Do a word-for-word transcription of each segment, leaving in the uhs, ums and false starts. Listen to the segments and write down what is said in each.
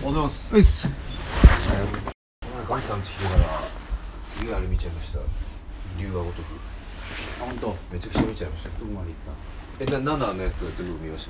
うございます。 うっす。 ガミさんち来てからすげえあれ見ちゃいました。龍が如く。 あ、ほんと。 めちゃくちゃ見ちゃいました。 どこまで行っえ、な、ななのやつ全部見ました。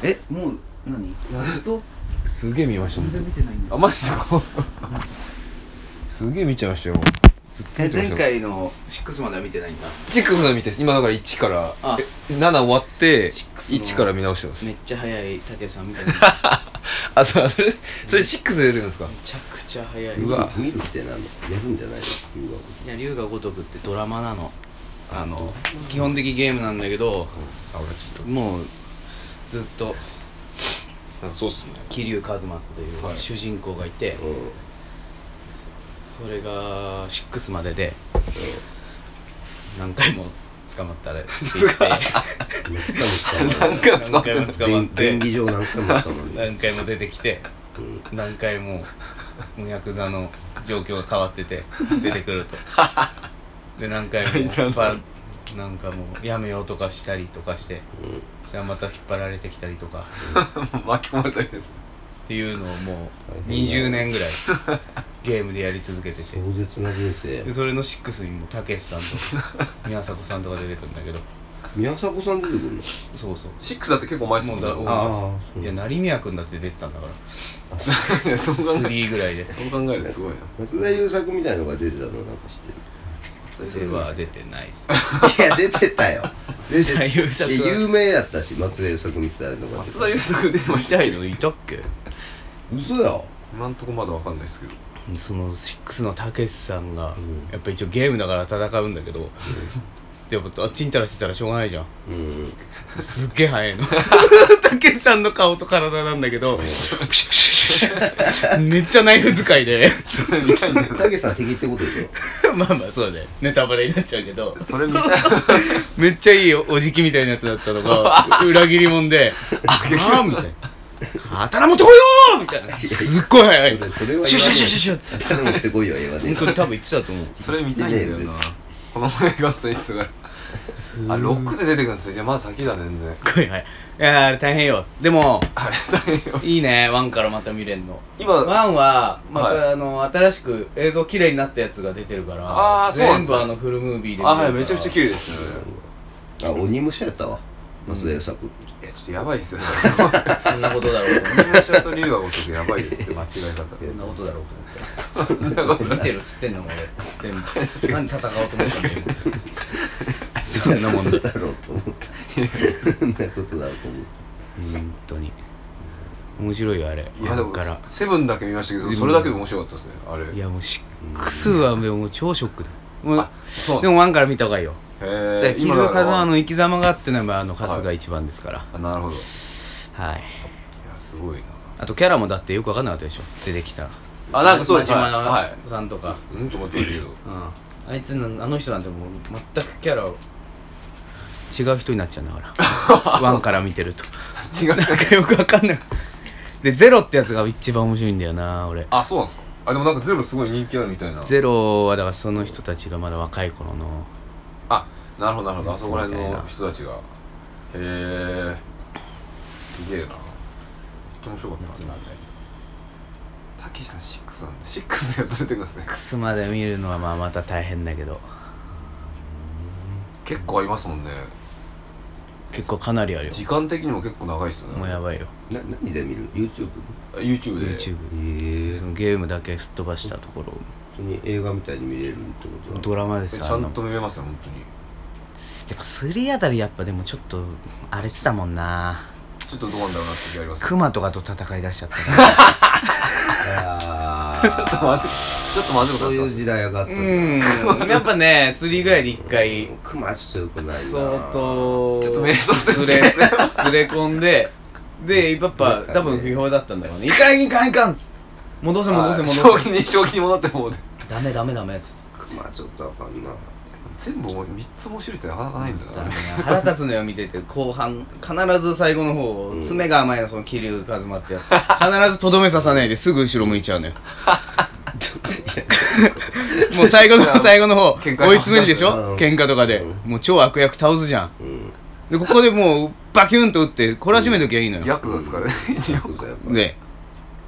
え、もう何？ずっと？ すげえ見ました。 全然見てないんだ。 あ、マジですか？すげえ見ちゃいましたよ。ずっと見てました。 前回のシックスまでは見てないんだ。 シックスまで見て、今だからいちからあなな終わってシックスのいちから見直してます。 めっちゃ早いたけさんみたいな。 あ、そうそれそれシックスで出てるんですか？ めちゃくちゃ早い。 うわ見るって何？やるんじゃないの？ いや、龍が如くってドラマなの。あの基本的ゲームなんだけど、 あ、俺ちょっともうずっとなんかそうっすね。 桐生一馬というはい主人公がいて、それがシックスまでで何回も捕まったらできて何回も捕まって何回も捕まって便宜上何回も捕まる。 何回も出てきてうん何回ももうヤクザの状況が変わってて出てくるとで何回もパなんかもうやめようとかしたりとかしてそしたらまた引っ張られてきたりとか巻き込まれたりです。 っていうのをもうにじゅうねんぐらいゲームでやり続けてて壮絶な人生。 でそれのシックスにもたけしさんと宮迫さんとか出てくるんだけど宮迫さん出てくるの？ そうそうシックスだって結構前っすもんね。 もうだああ、 いや成宮君だって出てたんだからいやそう考えスリーぐらいでそう考えるとすごいな。 松田優作みたいのが出てたのなんか知ってでは出てないっする？いや出てたよ。出てた。 松田優作いや有名やったし松田優作みたいなのが出て松田優作出てました見たいのいたっけ？ 嘘や。 今んとこまだわかんないですけど。 そのシックスのたけしさんがうんやっぱ一応ゲームだから戦うんだけどでもあっちんたらしてたらしょうがないじゃんうんすっげえ速いのたけしさんの顔と体なんだけどめっちゃナイフ使いでそれ見たいんだよ。 たけしさん敵ってことでしょ？ まあまあそうだねネタバレになっちゃうけどそれ見たい。 めっちゃいいおおじきみたいなやつだったのが裏切り者で「ああ」みたいな「刀持ってこいよー!」みたいなすっごい速いそれそれは言わない。 シュシュシュシュシュッつって刀持ってこいよ言わねえ。 本当に多分言ってたと思うそれ見たいんだよな。この前ガッツ言ってたから。あ、ろくで出てくるんですよ。じゃあまだ先だね全然。 はいはいいやーあれ大変よでもあれ大変よ。 いいねワンからまた見れんの今ワンはまた、 はいあの新しく映像綺麗になったやつが出てるからあーそうなんですね全部あのフルムービーで見れるあ、 からはい、めちゃくちゃ綺麗ですね。 あ、鬼武者やったわ松田優作。 いや、ちょっとやばいですよね。 そんなことだろうと思って鬼武者と龍が如くやばいですって間違い方。 そんなことだろうと思って見てるっつってんのも俺全部何戦おうと思ったんだよそんなもんだだろうと思ってそんなことだろうと思って本当に面白いよあれいやでもからセブンだけ見ましたけど、それだけで面白かったですね、あれ。 いやもうシックスはもう超ショックだもうあ、そうでもワンから見た方がいいよへ桐生一馬の生き様があってのはあの数が一番ですからあ、なるほど。いはいや、すごいな。 あとキャラもだってよく分かんなかったでしょ出てきたあ、なんかそうです。 真はい。は島い。 さんとかうんと思ってるけど。 うんあいつのあの人なんてもう全くキャラを違う人になっちゃうんだからワンから見てると違う。 なんかよく分かんないでゼロってやつが一番面白いんだよな俺あ、そうなんですか。あ、でもなんかゼロすごい人気あるみたいな。 ゼロはだからその人たちがまだ若い頃のあ、なるほどなるほど。あそこら辺みたいなの人たちが。へえ。すげえな。めっちゃ面白かったな。 やつなんだよたけしさんシックスなんで、シックスでやっと出てくるんですね。 クスまで見るのはまあまた大変だけど結構ありますもんね。 結構かなりあるよ時間的にも結構長いっすよね。 もうやばいよな、何で見る？ YouTube？ YouTube で。 YouTube ええそのゲームだけすっ飛ばしたところ本当に映画みたいに見れるってことだ。 ドラマですちゃんと見れますよ、本当に。 でもスリーあたりやっぱでもちょっと荒れてたもんなちょっとどうなんだろうなって気があります。 クマとかと戦い出しちゃったからあちょっとまずい。ちょっとまずいことそういうになって時代上がったうんやっぱねスリーぐらいで一回クマちょっとよくないな。 相当ちょっと迷走してるずれずれ込んででやっぱ多分不評だったんだろうねいかんいかんいかんっつって戻せ戻せ戻せ将棋に将棋に戻ってもうダメダメダメっつってクマちょっとあかんな。 全部みっつ面白いってなかなかないんだな。 ダメね腹立つのよ見てて後半必ず最後の方、 うん爪が甘いのその桐生一馬ってやつ必ずとどめ刺さないですぐ後ろ向いちゃうのよもう最後の最後の方喧嘩追い詰めるでしょうん喧嘩とかで、 うんもう超悪役倒すじゃんうん。 でここでもうバキュンと打って懲らしめときゃいいのよ、 ヤクザですからね。一応。 で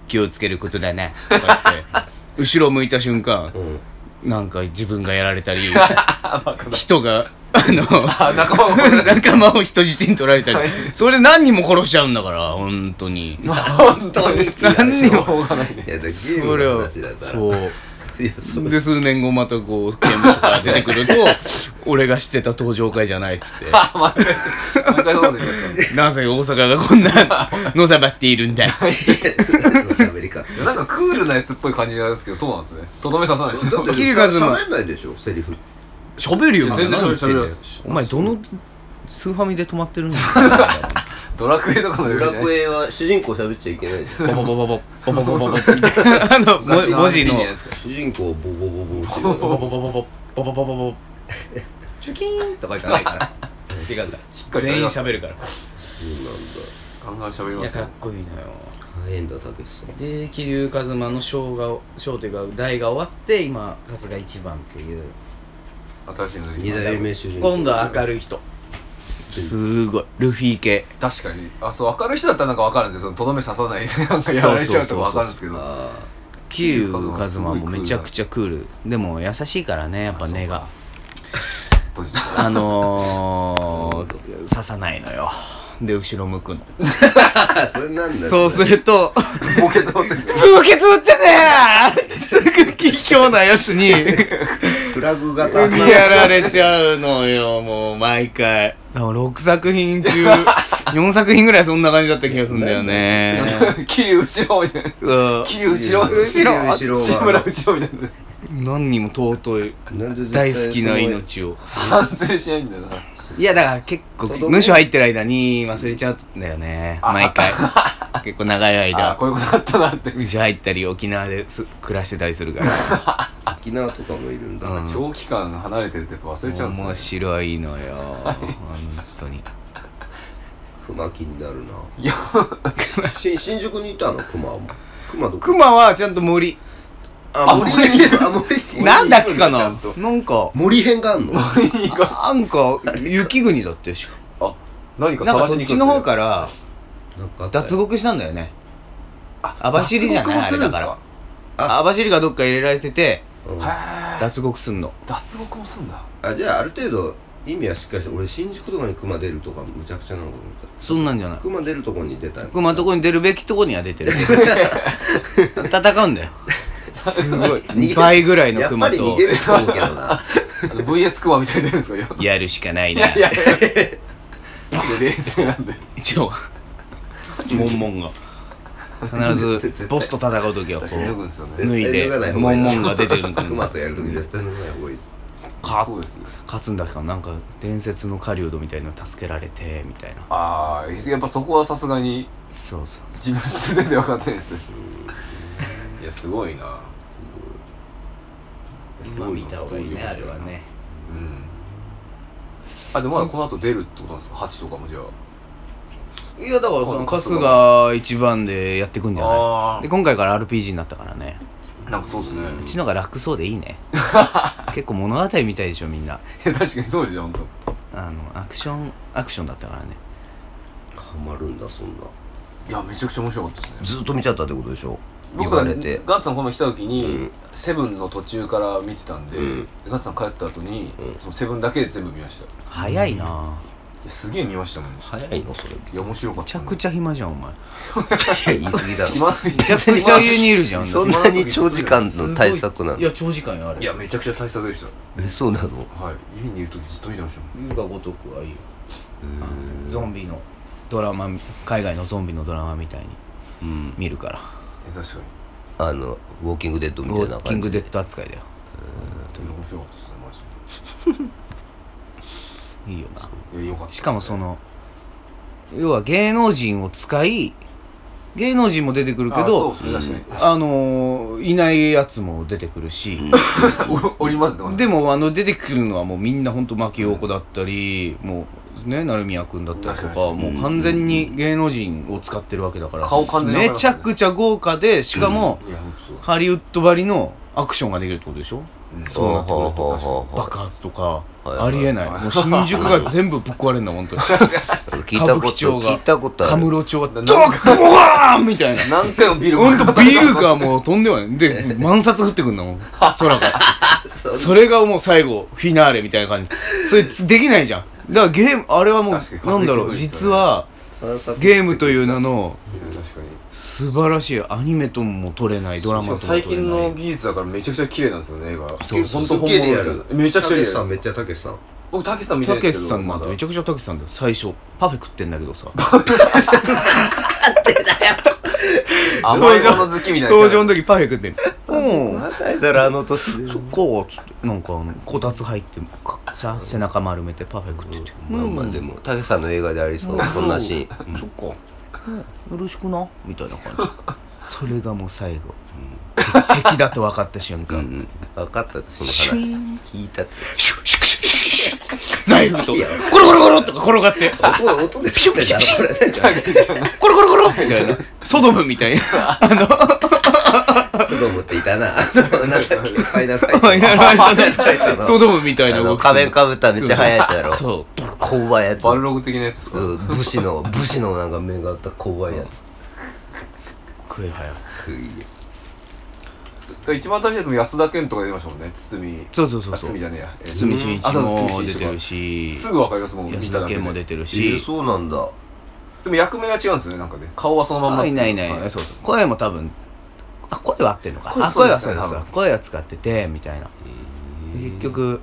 気をつけることだなとか言って後ろ向いた瞬間うんなんか自分がやられたり人があのあ仲間を仲間を人質に取られたりそれで何人も殺しちゃうんだから本当に本当に何にもしょうがないねいやだからゲーそムのれを話だからそういやそうで数年後またこう刑務所から出てくると俺が知ってた登場会じゃないっつってあ毎回毎回そうなんですよなぜ大阪がこんなのさばっているんだい喋り方いやなんかクールなやつっぽい感じなんですけどそうなんですねとどめ刺さないですよだってキリカズマ喋んないでしょセリフ喋るよ全然何言ってんだよ喋るお前どのスーファミで止まってるんだよドラクエとかのレベドラルじゃないですクエは主人公喋っちゃいけないですボボボボボボボボボボボみたいなあの昔文字のアールピージー じゃないですか主人公ボボボボってボボボボボボボボボボボボチュキーンとかじゃないから違うから全員喋るからそうなんだガンガン喋りいやますねかっこいいのよ大変だたけしさんで桐生一馬のショーがショーというか代が終わって今春日一番っていう新しいのでき二た代目主人公今度は明るい人すごいルフィ系確かにあそう明るい人だったらなんか分かるんですよそのとどめ刺さないでなんかやられちゃうとか分かるんですけどあ桐生一馬もめちゃくちゃクールでも優しいからねやっぱ根が閉じてあのー、刺さないのよで後ろ向くのあそれなんだそうするとボケそうですよ 「受け取ってねー!」すぐ卑怯なやつにフラグ型やられちゃうのよもう毎回だからろくさく品中よんさく品ぐらいそんな感じだった気がするんだよね桐生後ろみたいなうん桐生後ろ後ろ後ろ志村後ろみたいな何にも尊いなんで絶対大好きな命を反省しないんだよないやだから結構とどめ無所入ってる間に忘れちゃうんだよね毎回結構長いあ間こういうことあったなって無所入ったり沖縄です暮らしてたりするから沖縄とかもいるんだうん長期間離れてるとやっぱ忘れちゃうんですよ面ね白いのよ本当に熊気になるいやなし新宿にいたの熊も熊どこ熊はちゃんと森あ森にあ森になんだっけかなちゃんとなんか森編があんのなんか雪国だってしかあ何かなんか探しに行くんですそっちの方からなんかあったよ脱獄したんだよね網走じゃないあれだからあ網走がどっか入れられててうんへえ脱獄すんの脱獄もすんだあじゃあある程度意味はしっかりして俺新宿とかに熊出るとかむちゃくちゃなのかと思ったそんなんじゃない熊出るとこに出たの熊のとこに出るべきとこには出てる戦うんだよすごいにばいぐらいのやっぱ熊とり逃げると思うけどなあの ブイエス クマみたいに出るんですかいやるしかないなやいやいや冷静なんで一応モンモンが必ずボスと戦う時はこ私脱ぐんうですよね脱いで絶対脱がない方がいいモンモンが出てるのか熊とやるとき絶対脱がない方がいいかそうですね勝つんだかなんか伝説の狩人みたいなの助けられてみたいなああやっぱそこはさすがにそうそう自分素手で分かってないですいやすごいなすごいな見た方がいいねあれはねうんあでもまだこの後出るってことなんですかはちとかもじゃあいやだからその今度春日一番でやってくんじゃないあで今回から アールピージー になったからねあなんかそうですねうちのが楽そうでいいね結構物語みたいでしょみんないや確かにそうですよ本当あのアクションアクションだったからねハマるんだそんないやめちゃくちゃ面白かったですねずっと見ちゃったってことでしょ言僕はわれてガンツさんこの前来た時に、 うんセブンの途中から見てたんで、 うんガンツさん帰った後に、 うんそのセブンだけで全部見ましたい早いなぁやすげえ見ましたもん早いのそれいや面白かっためちゃくちゃ暇じゃんお前いや言い過ぎだろ暇めちゃくちゃ家にいるじゃんそんなに長時間の対策なのいや長時間よあれいやめちゃくちゃ対策でしたえそうなのはい家にいる時ずっと見てましたもん優が如くはいいよあのゾンビのドラマ海外のゾンビのドラマみたいにうん見るからえ確かにあのウォーキングデッドみウたいな感じォーキングデッド扱いだよ本当に面白かったですねマジいいよなでいやよかったですねしかもその要は芸能人を使い芸能人も出てくるけあそどうですね確かにあのー、いないやつも出てくるし、 おおりますねでもあの出てくるのはもうみんなほんと牧陽子だったり、もうね成宮君だったりとか確かにもう完全に芸能人を使ってるわけだから顔完全に分かりますねめちゃくちゃ豪華でしかも、 いやほんとそうハリウッドばりのアクションができるってことでしょうんそうなってくるほうほうほうとほう爆発とかはいはいありえない、もう新宿が全部ぶっ壊れるんだ本当に聞いたこと歌舞伎町が聞いたことあるカムロ町はなドッボワーンみたいな何回もビルほんとビルがもう飛んではないで万札降ってくんだもん空からそれがもう最後フィナーレみたいな感じそれできないじゃんだからゲームあれはもう確かになんだろう確実実はゲームという名のいや確かに素晴らしいアニメとも撮れないドラマとも撮れない最近の技術だからめちゃくちゃ綺麗なんですよね映画そう本当本物リアルめちゃくちゃリアルたけしさんめっちゃたけしさん僕たけしさん見たいたですけどけしさんなんてめちゃくちゃたけしさんだよ最初パフェ食ってんだけどさ甘いもの好きみたいな登場の時パフェ食ってんのうんまたいだろあの年でそっかっつってなんかあのこたつ入ってかさ背中丸めてパフェ食っててまあまあでもたけしさんの映画でありそうそんなシーンそっか、うん、よろしくなみたいな感じそれがもう最後、敵だと分かった瞬間、 うん分かったその話シーン聞いたってシュッシュッシュッシュッシュッナイフとコロコロコロとか転がって音音で作ってんだろこれコロコロコロみたいなソドムみたいなあのソドムっていたななんだっけファイナルファイターファイナルファイターねファイターのソドムみたいなあの動きする仮面かぶっためっちゃ速いやつやろそう怖いやつバルログ的なやつですかうん武士の武士のなんか目があった怖いやつ食い早一番新しいやつも安田健とか出てましたもんね堤そうそうそうそう堤じゃねえやえー堤真一あそうも堤真一出てるしすぐわかりますもん安田健も出てるえしーそうなんだでも役名が違うんですよねなんかね顔はそのまんまあですけどいないいない、 はいそうそう声も多分あ声は合ってんのか声あ声はそうですね多分そうです声は使っててみたいなで結局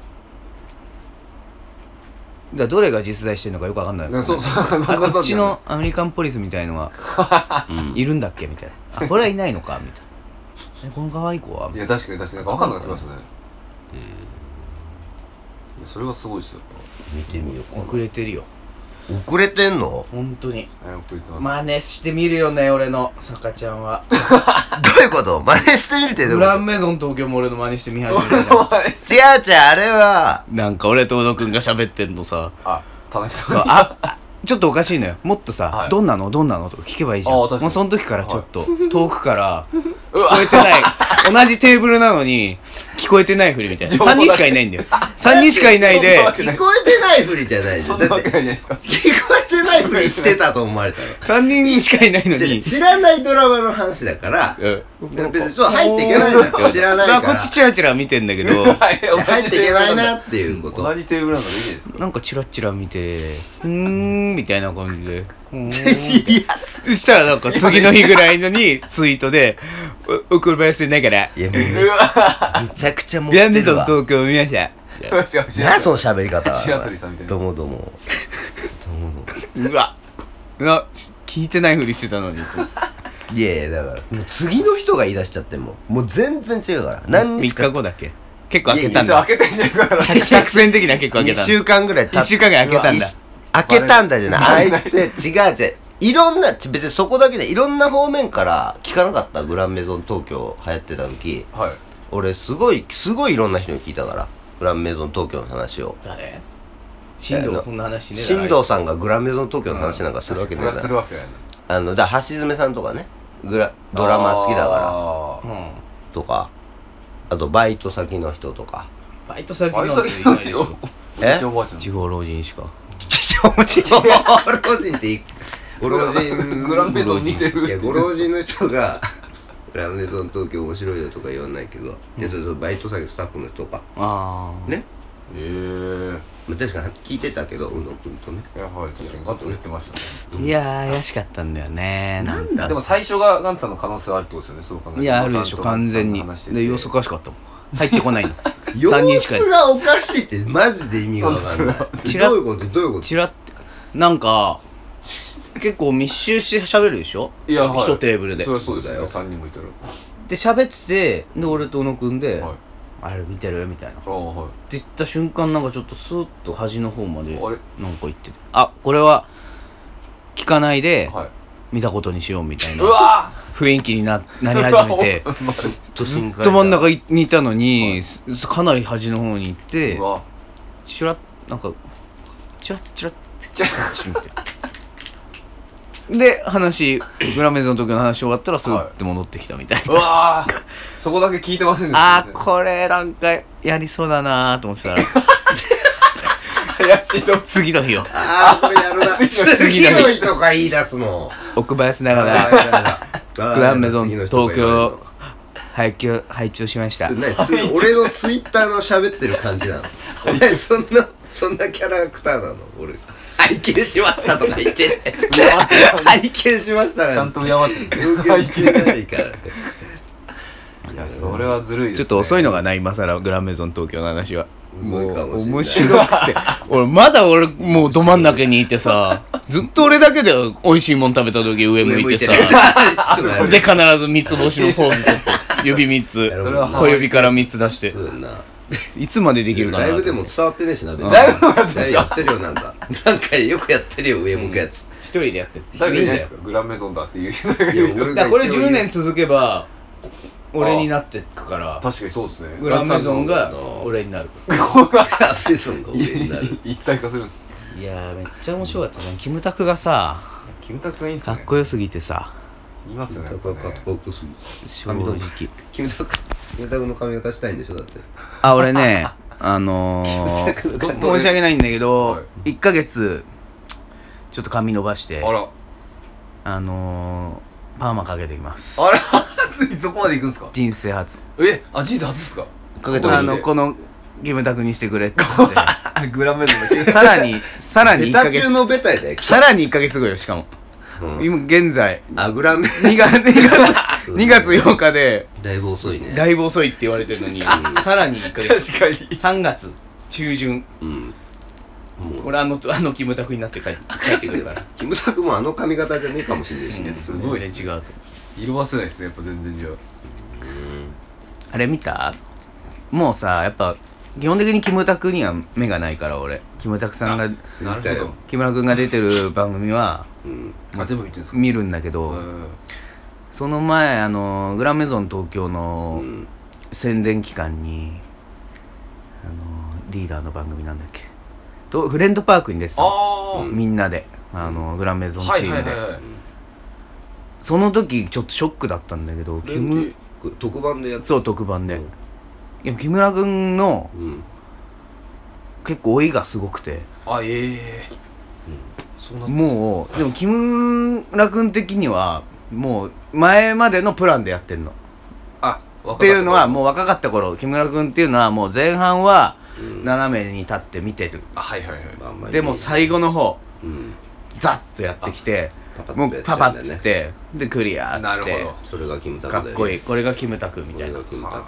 だからどれが実在してるのかよくわかんないねそうそうあこっちのそアメリカンポリスみたいのはうんいるんだっけみたいなあこれはいないのかみたいなえこの可愛い子はいや確かに確かに分かんなくなってますねいやそれがすごいですよ見てみようか遅れてるよ遅れてんの本当にやっぱ言ってます真似してみるよね俺の坂ちゃんはどういうこと真似してみるってどういうこグランメゾン東京も俺の真似してみ始めたじゃんと違う違うあれはなんか俺と小野くんが喋ってんのさあ楽しそうああちょっとおかしいのよもっとさ、 はいどんなのどんなのとか聞けばいいじゃんあ確かにもうその時からちょっと遠くから聞こえてない同じテーブルなのに聞こえてないふりみたいなさんにんしかいないんだよさんにんしかいないでそんなわけ聞こえてないふりじゃないじゃそんなわんだってけないじゃないですか聞こえてないふりしてたと思われたのさんにんしかいないのに知らないドラマの話だからうん別にちょっと入っていけないんだよ知らないからこっちチラチラ見てんだけど入っていけないなっていうこと同じテーブルなんだいいですかなんかチラチラ見てうーんみたいな感じでうーんいやそしたらなんか次の日ぐらいのにツイートで「お送りせながらいやめめうわちゃくちゃ持っビアンメてるわドン東京見ました」 違う違う何その喋り方白鳥さんみたいなどうもどうもどうもどうもうわうわ聞いてないふりしてたのにいやいやだからもう次の人が言い出しちゃってももう全然違うから何 3 日か日後だっけ結構開けたん一応だ開けてんじゃないから作戦的な結構開け 2 たんだ週間ぐらい経っいっしゅうかんぐらい開けたんだいし開けたんだじゃないバレない開いて違う違ういろんな別にそこだけでいろんな方面から聞かなかったグランメゾン東京流行ってた時はい俺すごいすごいいろんな人に聞いたからグランメゾン東京の話を誰進藤そんな話しねえだろ新藤さんがグランメゾン東京の話なんかするわけねえそれはすなるわけないなあのだから橋爪さんとかねグラドラマ好きだからあーうんとかあとバイト先の人とかバイト先なんバイトていないでしょおじいちゃんおばあちゃん地方老人しかご老人っていご老人グランメゾン見てるいやご老人の人がグランメゾン東京面白いよとか言わないけど、いやそれそれバイト先スタッフの人とかああねええまあ確かに聞いてたけど宇野くんとねいやはい確かにガッツリ言ってましたねいやー怪しかったんだよねなんかでも最初がガンツさんの可能性はあるってことですよねそう考えるといやあるでしょ完全にで様子おかしかったもん入ってこないのさんにん様しか子がおかしいってマジで意味がわかんないチラどういうことどういうことチラッてなんか結構密集して喋るでしょいやはい一テーブルでそりゃそうですそうだよよさんにんもいたらで喋っててで俺と小野くんではい 「あれ見てる?」みたいなってああはい言った瞬間なんかちょっとスーッと端の方まであれなんか言っててあこれは聞かないではい見たことにしようみたいうなわ雰囲気にななり始めて都心ずっと真ん中にいたのに、すかなり端の方に行ってうわチラッなんかチラッチラッじゃチラッてで話グランメゾンの時の話終わったらスーって戻ってきたみたいな、 うわーそこだけ聞いてませんでした、 あーこれなんかやりそうだなーと思ってたら怪しいと次の日よああこれやるな次の日とか言い出すの奥林ながらグランメゾン東京拝聴拝聴しました。 俺のツイッターの喋ってる感じなの俺そんなそんなキャラクターなの俺拝見しましたとか言って拝見しましたちゃんと敬ってるんですね拝見じゃないからいやそれはずるいですね。 ちょっと遅いのがない今更グランメゾン東京の話はもう面白くて俺まだ俺もうど真ん中にいてさずっと俺だけで美味しいもん食べた時上向いてさで必ず三つ星のポーズとって指三つ小指から三つ出していつまでできるかな。 ライブでも伝わってねえしな。ライブでやってるよなんかなんかよくやってるよ上向くやつ一人でやってる。 誰かいないですかグランメゾンだっていう人がいる人。だこれじゅうねん続けば俺になってくから確かにそうですね。 グランメゾンが俺になる。 グランメゾンが俺になる一体化するんです。 いやーめっちゃ面白かったね。キムタクがさキムタクがいいんすね。 かっこよすぎてさいますよね。 かっこよすぎ正直キムタクキムタクの髪型したいんでしょだって。 あ俺ねあのー、申し訳ないんだけど、はい、いっかげつちょっと髪伸ばしてあらあのー、パーマかけてきます。 あらついそこまで行くんですか。 人生初。 えあ人生初ですか。 かけてあのこのキムタクにしてくれって言ってグランメゾンのさらにさらにいっかげつベタ中のベタやでさらにいっかげつごよしかも、うん、今現在あグランメにがつにがつようかでだいぶ遅いね。 だいぶ遅いって言われてるのにさらにいっかげつ確かにさんがつ中旬、うん、俺あのあのキムタクになって帰ってくるからキムタクもあの髪型じゃねえかもしれないしね、 うん、すごいです全然違うと色褪せないですねやっぱ全然違う。 あれ見たもうさやっぱ基本的にキムタクには目がないから俺キムタクさんがなるほど木村君が出てる番組は、 うん、あ全部見てるんですか。 見るんだけど、うん、その前あのグランメゾン東京の宣伝期間に、あのリーダーの番組なんだっけとフレンドパークに出てたのみんなであのグランメゾンチームでその時ちょっとショックだったんだけどキム特番でやってそう特番で、うん、いや木村君の、うん、結構老いがすごくてあええーうん、もうでも木村君的にはもう前までのプランでやってんのあっていうのはもう若かった頃木村君っていうのはもう前半は斜めに立って見てる、 あはいはいはい。 でも最後の方、 うん、 ザッとやってきてもうパパっつってでクリアっつってそれがキムタクかっこいいこれがキムタクみたいな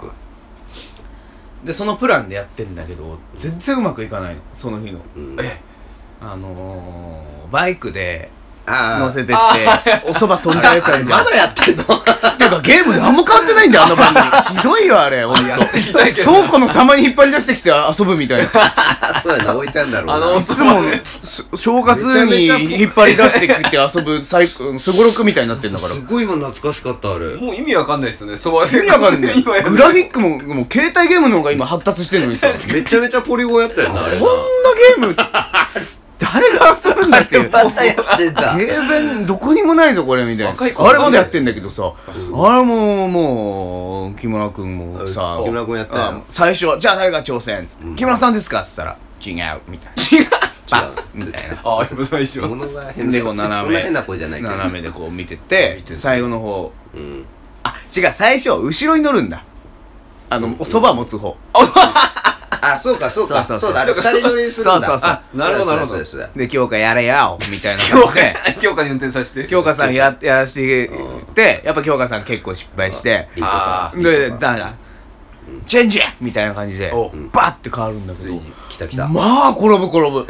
でそのプランでやってんだけど全然うまくいかないのその日の、 うん、えあのー、バイクで乗せてっておそば飛んじゃうやつあるじゃんまだやってんのてかゲーム何も変わってないんだよあの番組ひどいよあれほんと倉庫のたまに引っ張り出してきて遊ぶみたいなそうやな置いてあるんだろうな。 あのいつも正月に引っ張り出してきて遊ぶすごろくみたいになってんだからすごい今懐かしかったあれ。 もう意味わかんないですよねそばで。 意味わかんないグラフィックももう携帯ゲームの方が今発達してるのにさめちゃめちゃポリゴンやったよなあれな。 こんなゲーム誰が遊ぶんだっていうまだやってんだ。 ゲーセンどこにもないぞこれみたいなあれまでやってんだけどさあれももう木村君もさ木村君やったよ最初じゃあ誰が挑戦っつって木村さんですかっつったら違うみたいな違うパスみたいなああ最初物が変でこう斜め変な子じゃない斜めでこう見てて最後の方あ違う最初後ろに乗るんだあのおそば持つ方あ、そうかそうかそうだあれ二人乗りにするんだ。 そうそうそうなるほどなるほど。 で京香やれよみたいな感じで京香に運転させて京香さんややらしててやっぱ京香さん結構失敗してでだからチェンジみたいな感じでバッて変わるんだけど来た来たまあ転ぶ転ぶ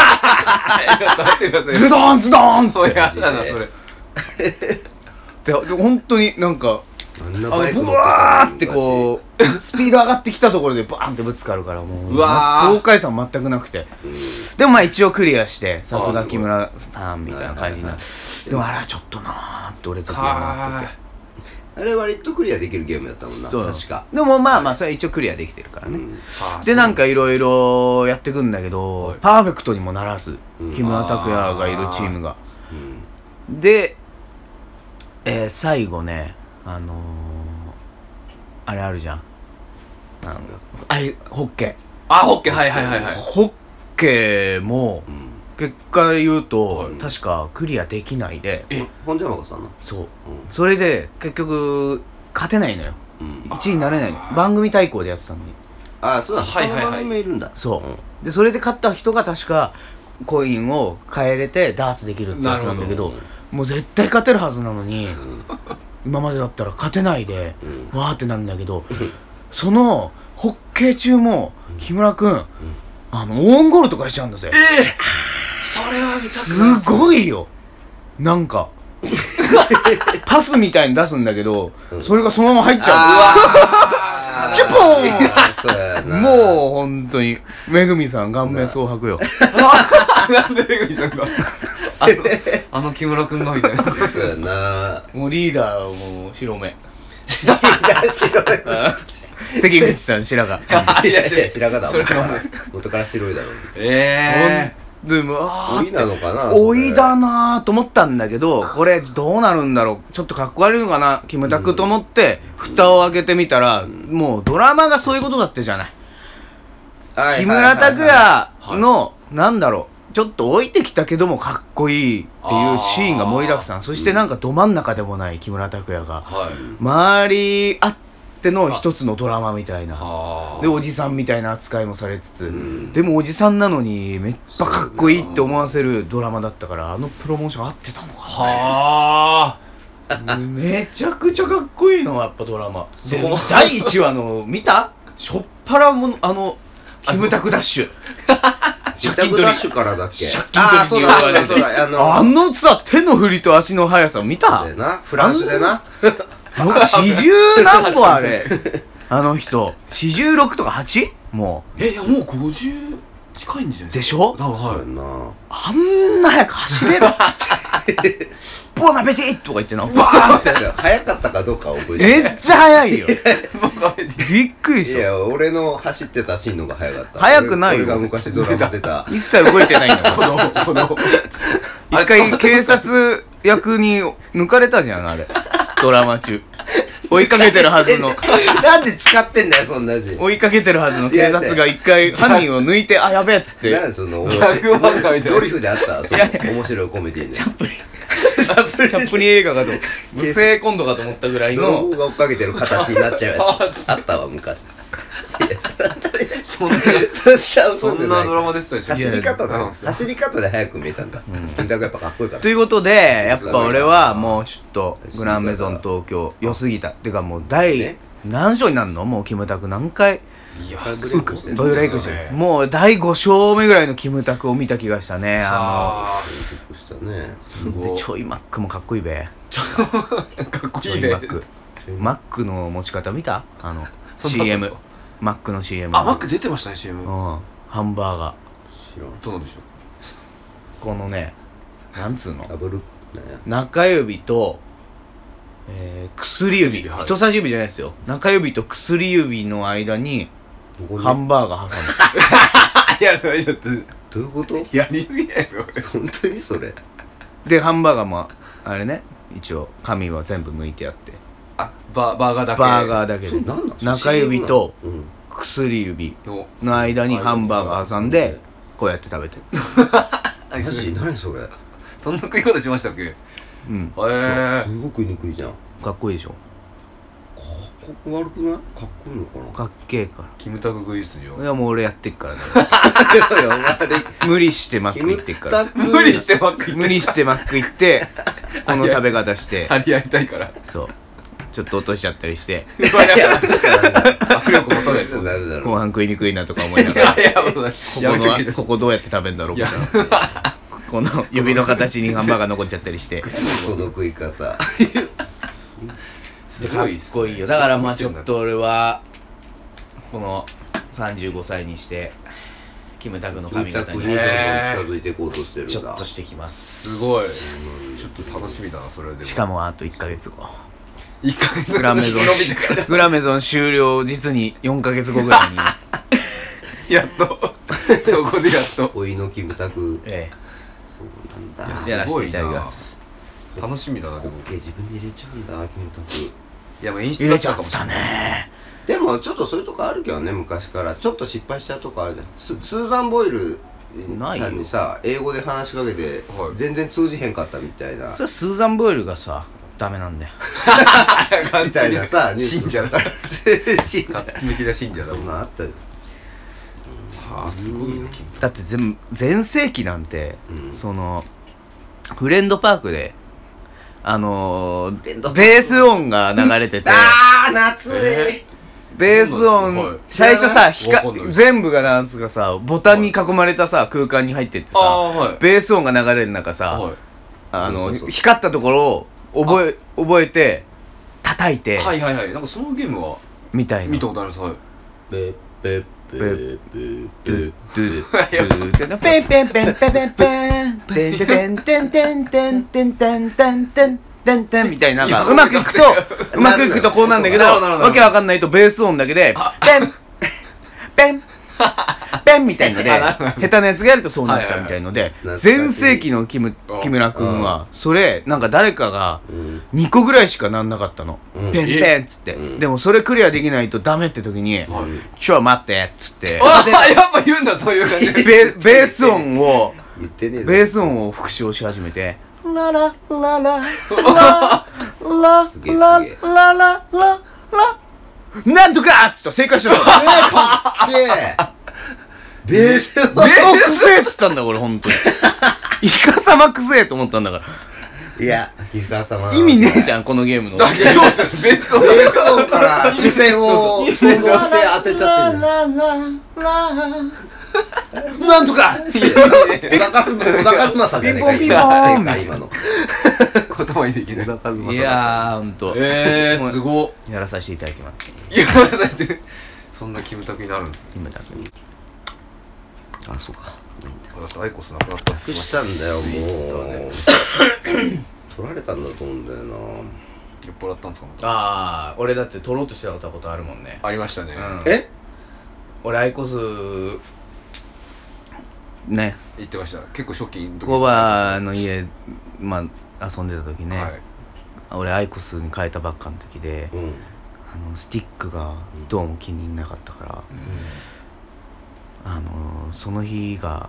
ズドーンズドーンってそうやだなそれで本当になんかあのブワーってこうスピード上がってきたところでバーンってぶつかるからもう爽快さ全くなくてでもまあ一応クリアしてさすが木村さんみたいな感じになるでもあれはちょっとなーって俺ときは思っててあれ割とクリアできるゲームやったもんな確かでもまあまあそれは一応クリアできてるからねでなんかいろいろやってくんだけどパーフェクトにもならず木村拓哉がいるチームがで、えー、最後ねあのー、あれあるじゃんあのあいホッケあホッケーはいはいはいはいホッケもうん結果言うと、 はい確かクリアできないでえ本山子さんなそううそれで結局勝てないのよんうんいちいになれないの番組対抗でやってたのにあそうだはいはいはい他の番組いるんだそうでそれで勝った人が確かコインを変えれてダーツできるってやつなんだけどなるほもう絶対勝てるはずなのに今までだったら勝てないでうんわーってなるんだけどそのホッケー中も木村くんあのオウンゴールとかしちゃうんだぜえー、それは見たくないすごいよなんかパスみたいに出すんだけどうんそれがそのまま入っちゃあーチュポーンそうやうなもう本当にめぐみさん顔面蒼白よなんでめぐみさんがあのあの木村くんがみたいなそうやなもうリーダーはもう白目白いあ関口さん白髪いやいや白髪だそれなんです元から白いだろうえでもあ老いなのかな老いだなぁと思ったんだけどこれどうなるんだろうちょっとかっこ悪いのかなキムタクと思って蓋を開けてみたらもうドラマがそういうことだったじゃないはい木村拓哉いのなんだろうちょっと置いてきたけどもかっこいいっていうシーンが盛りだくさんそしてなんかど真ん中でもない木村拓哉がー、はい周りあっての一つのドラマみたいなはでおじさんみたいな扱いもされつつ、 んでもおじさんなのにめっちゃかっこいいって思わせるドラマだったからあのプロモーション合ってたのかはめちゃくちゃかっこいいのやっぱドラマそこもでだいいちわの見たしょっぱらもあのキムタクダッシュ自宅ダッシュからだっけ借金取りああそうだそうだそうだあのあのさ手の振りと足の速さ見たでなフランスでな四十何歩あれあの人四十六とかはちもえいやもうごじゅう近いんじゃないうでしょ多分そうやはいなあんな早く走れるボナペティとか言ってなバーンって早かったかどうかは覚えてめっちゃ速いよびっくりいしたや俺の走ってたシーンのが早かった早くないよ俺が昔ドラマ出た一切動いてないんだこのこの一回警察役に抜かれたじゃんあれドラマ中追いかけてるはずのなんで使ってんだよそんな字追いかけてるはずの警察が一回犯人を抜いてあやべえっつってなんでその面ギャグ漫画みたいなドリフであったその面白いコメディでチャップリンチャップリン映画かと無声コントかと思ったぐらいの泥棒が追っかけてる形になっちゃうやつあったわ昔いやそんなそそんなドラママでしたでしょ走り方だいや走り方で速く見えたんだ金額やっぱかっこいいからということでやっぱ俺はもうちょっとグランメゾン東京良すぎたっていうかもう第ね何章になるのもうキムタク何回いやブレイクしてるどういうライクしてそうですよねるもうだいご章目ぐらいのキムタクを見た気がしたねああしたねのすごいでちょいマックもかっこいいべかっこいいねちょいマックマックの持ち方見たあのそんなことですシーエムかマックの シーエムあマック出てましたね シーエムうんハンバーガ知らんどうなんでしょーこのねなんつうのダブルね中指と、えー、薬指、 はい人差し指じゃないですよ中指と薬指の間にここにハンバーガー挟むういやそれちょっとどういうことやりすぎないですかこれ本当にそれでハンバーガーもあれね一応紙は全部剥いてあってあババーガーだけバーガーだけでそうなんなん中指とうん薬指のの間にハンバーガー挟んでこうやって食べてるママジ何それそんな食い方しましたっけへうんえすごくにくいじゃんかっこいいでしょかっこ悪くないかっこいいのかなかっけえかキムタク食いっすよらいやもう俺やってっからねいやお前無理してマック行ってっから無理してばっかり無理してマック行ってこの食べ方して張り合いたいからそうちょっと落としちゃったりしていやどうしたら握力持たないですよダメだろ後半食いにくいなとか思いながらいやもうここやめとけのここどうやって食べんだろうみたいなこの指の形にハンバーガー残っちゃったりしてその食い方すかっごいっすねこいいよだからまあちょっと俺はこのさんじゅうごさいにしてキムタクの髪型ににどんどん近づいていこうとしてるんだちょっとしてきますすごいちょっと楽しみだなそれでもしかもあといっかげつごいっかげつグラメゾン伸びてからグラメゾン終了実によんかげつごぐらいにやっとそこでやっとおいのキムタクえそうなんだいやえやらせていただきます楽しみだなでも。 え自分で入れちゃうんだキムタク。 いやもう演出入れちゃってだったかもしれないたね。 でもちょっとそういうとこあるけどね、昔からちょっと失敗しちゃうとこあるじゃん。ススーザン・ボイルちゃんにさ英語で話しかけて、 はい全然通じへんかったみたいなそれスーザン・ボイルがさダメなんだよ。 みたいなさニュース信者だから信者勝手に嫌信者だそもん。 んなあったよ。 はあすごいな君。 だって全全盛期なんて、 うんそのフレンドパークであのフレンドー、ベース音が流れててあー夏えベース音、 はい最初さひかわかんない全部がなんつうかさボタンに囲まれたさ空間に入ってってさああはいベース音が流れる中さ、 はいあのそうそうそう光ったところを覚え覚えて叩いて、 はいはいはいなんかそのゲームはみたいな見たことあるんです。はい。 ペッペッペッペッペッドゥドゥドゥドゥペンペンペンペンペンペンペンテンテンテンテンテンテンテンテンテンテンみたいななんかうまくいくとうまくいくとこうなんだけどなるほどなるほどわけわかんないとベース音だけでペンペンペンみたいので下手なやつがやるとそうなっちゃうみたいのではいはい全盛期の木む木村君はそれなんか誰かがうんにこぐらいしかなんなかったのうんペンペンっつってうんでもそれクリアできないとダメって時にはいちょ待ってっつってああやっぱ言うんだそういう感じで。 ベベース音を言ってねえベース音を復唱し始めてララララララすげえすげえラララララなんとかっつった正解しちゃったかっけえベースベースくせえっつったんだこれほんとにイカ様くせえと思ったんだからいや伊沢様意味ねえじゃんこのゲームのだってそうですよベースをベース音から視線を想像して当てちゃってるララララなんとか小田和正小田和正じゃねえかピンポンピンポン正解今の言葉にできない。 小田和正いやーほんとえーすごっ。 やらさせていただきますいやごめんなさいそんなキムタクになるんですね。 今だけあそうか私アイコスなくなったって隠したんだよもうね取られたんだと思うんだよな酔っ払ったんですかまた。 ああ俺だって取ろうとしてたことあるもんねありましたね。 うんえ俺アイコスね言ってました。結構初期の時コバの家まあ遊んでた時ね、 はい。 俺アイコスに変えたばっかの時でうんあのスティックがどうも気に入んなかったから、 うんあのその日が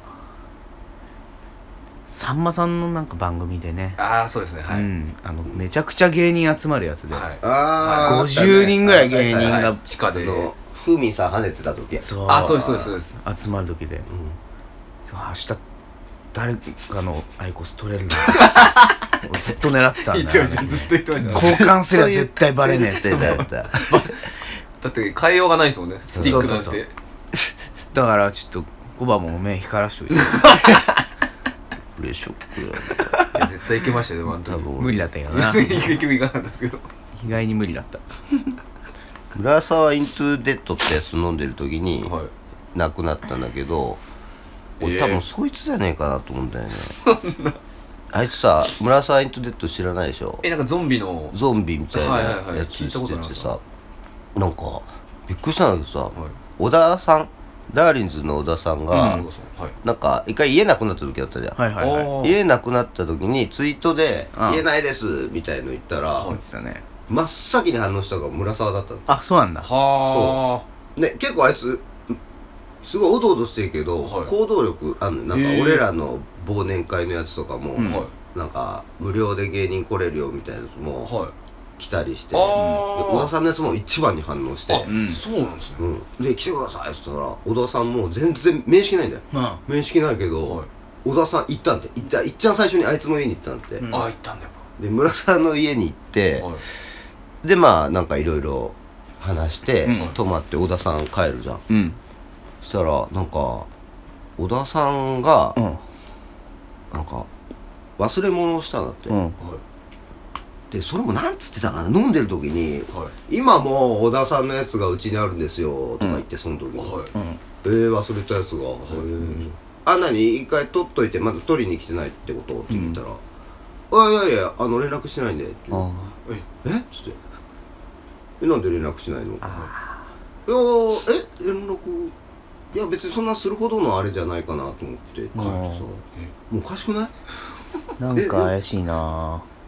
さんまさんのなんか番組でね、 ああそうですねはい。 うん、あのめちゃくちゃ芸人集まるやつで、 はい。 あーごじゅうにんぐらい芸人がはいはい地下で。 あのふーみんさん跳ねてた時そうあそうですそうですそうです。 集まる時でうん明日誰かのアイコス取れるなずっと狙ってたんだよ、 言ってましたずっと言ってました。 交換すりゃ絶対バレねえって言ってた言ってただって変えようがないですもんね。スティックなんて。 そうそうだからちょっとコバも目光らしといてプレショックいや絶対いけましたよワンタン。 多分無理だったけどないけいけいかなかったですけど。 意外に無理だった浦沢イントゥデッドってやつ飲んでる時にはい。 亡くなったんだけど俺えー多分そいつじゃねえかなと思うんだよねあいつさ村沢イントゥデッド知らないでしょえなんかゾンビの。 ゾンビみたいなはいはいはいやつ聞いたことありますしててさなんかびっくりしたんだけどさはい。 小田さんダーリンズの小田さんが、 うんはい。 なんか一回家なくなった時だったじゃん、 はいはいはいおー家なくなった時にツイートで「 うん家ないです」みたいの言ったら、 はいそうですよね真っ先に反応したのが村沢だったのあそうなんだはね結構あいつすごいおどおどしてるけど、 はい行動力あんのなんかへー俺らの忘年会のやつとかも、 うんあ。はい。 なんか無料で芸人来れるよみたいなやつもはい。 来たりして、 あでー小田さんのやつも一番に反応してあ、 うんそうなんですね。 うん、で来てくださいって言ったら小田さんも全然面識ないんだよま面識ないけど、 はい。 小田さん行ったんで行ったいっちゃん最初にあいつの家に行ったんで、 うんあ行ったんだよ。 で村さんの家に行って、 はい。 でまあなんかいろいろ話して、 うん泊まって小田さん帰るじゃんうんそしたらなんか小田さんが、 うんなんか忘れ物をしたんだって、 うんはい。 でそれもなんつってたかな飲んでる時にはい。 今も小田さんのやつがうちにあるんですよとか言って、その時に、 はい。 うんえー、忘れたやつが、へーあんなに一回取っといてまだ取りに来てないってことって言ったら、あいやいやあの連絡してないんでって言うあえっつってえなんで連絡しないのいやあーえ連絡いや別にそんなするほどのあれじゃないかなと思って帰ってさもうおかしくないなんか怪しいな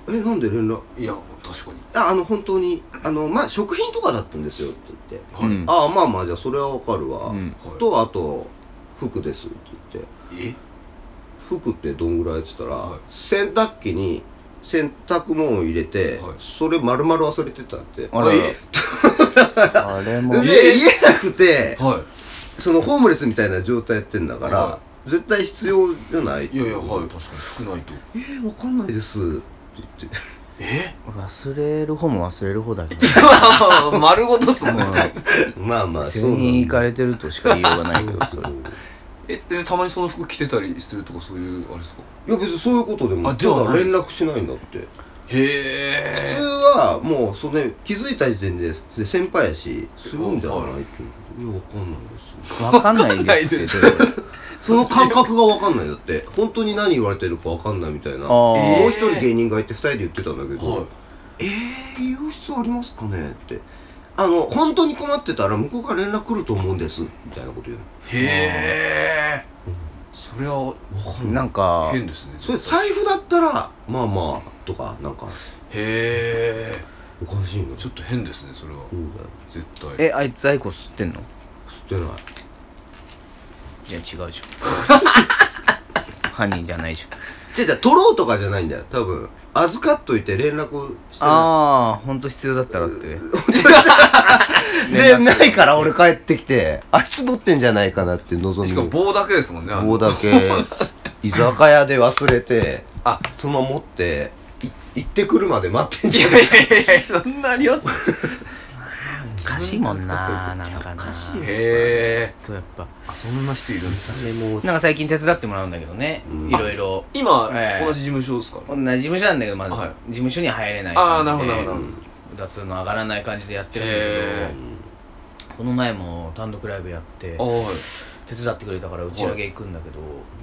えなんで連絡いや確かにああの本当にあのまあ食品とかだったんですよって言って、 はい、 うんああまあまあじゃあそれはわかるわ、 うんはい、 とあと服ですって言ってえ服ってどんぐらいって言ったら、 はい洗濯機に洗濯物を入れて、 はいそれ丸々忘れてたってあらえあれもで言えなくてはいそのホームレスみたいな状態やってんだから、 は絶対必要じゃないいやいやはい確かに服ないとえー、わかんないですって言ってえ忘れる方も忘れる方だけど丸ごとっすもんねまあまあ全員行かれてるとしか言いようがないけどそれえでたまにその服着てたりするとかそういうあれですかいや別にそういうことでもあではただない連絡しないんだってへえ普通はもうそれ気づいた時点でで先輩やしするんじゃないって言ういやわかんないですわかんないですけどその感覚がわかんないんだって本当に何言われてるかわかんないみたいなあーもう一人芸人がいて二人で言ってたんだけど、 はいえー、言う必要ありますかねってあの本当に困ってたら向こうから連絡来ると思うんですみたいなこと言うのへえそれはわかんないなんか変ですねそれ財布だったらまあまあとかなんかへえおかしいのちょっと変ですねそれはそうだよ絶対えあいつアイコス吸ってんの吸ってないいや違うじゃん犯人じゃないじゃんじゃじゃ取ろうとかじゃないんだよ多分預かっといて連絡してなああ本当必要だったらっていでないから俺帰ってきてあいつ持ってんじゃないかなって望みしかも棒だけですもんねあの棒だけ居酒屋で忘れてあそのまま持ってい行ってくるまで待ってんじゃいやないいやいやいやそんなあります難しいもんななんかなおかしいよへえちょっとやっぱあそんな人いるんですねそれもなんか最近手伝ってもらうんだけどね、 うんいろいろ今、 ええ同じ事務所ですか同じ事務所なんだけどまだ、 はい事務所には入れないあー感じでなるほどなるほどうだつの上がらない感じでやってるんだけど、 へこの前も単独ライブやってあはい手伝ってくれたから打ち上げ行くんだけど、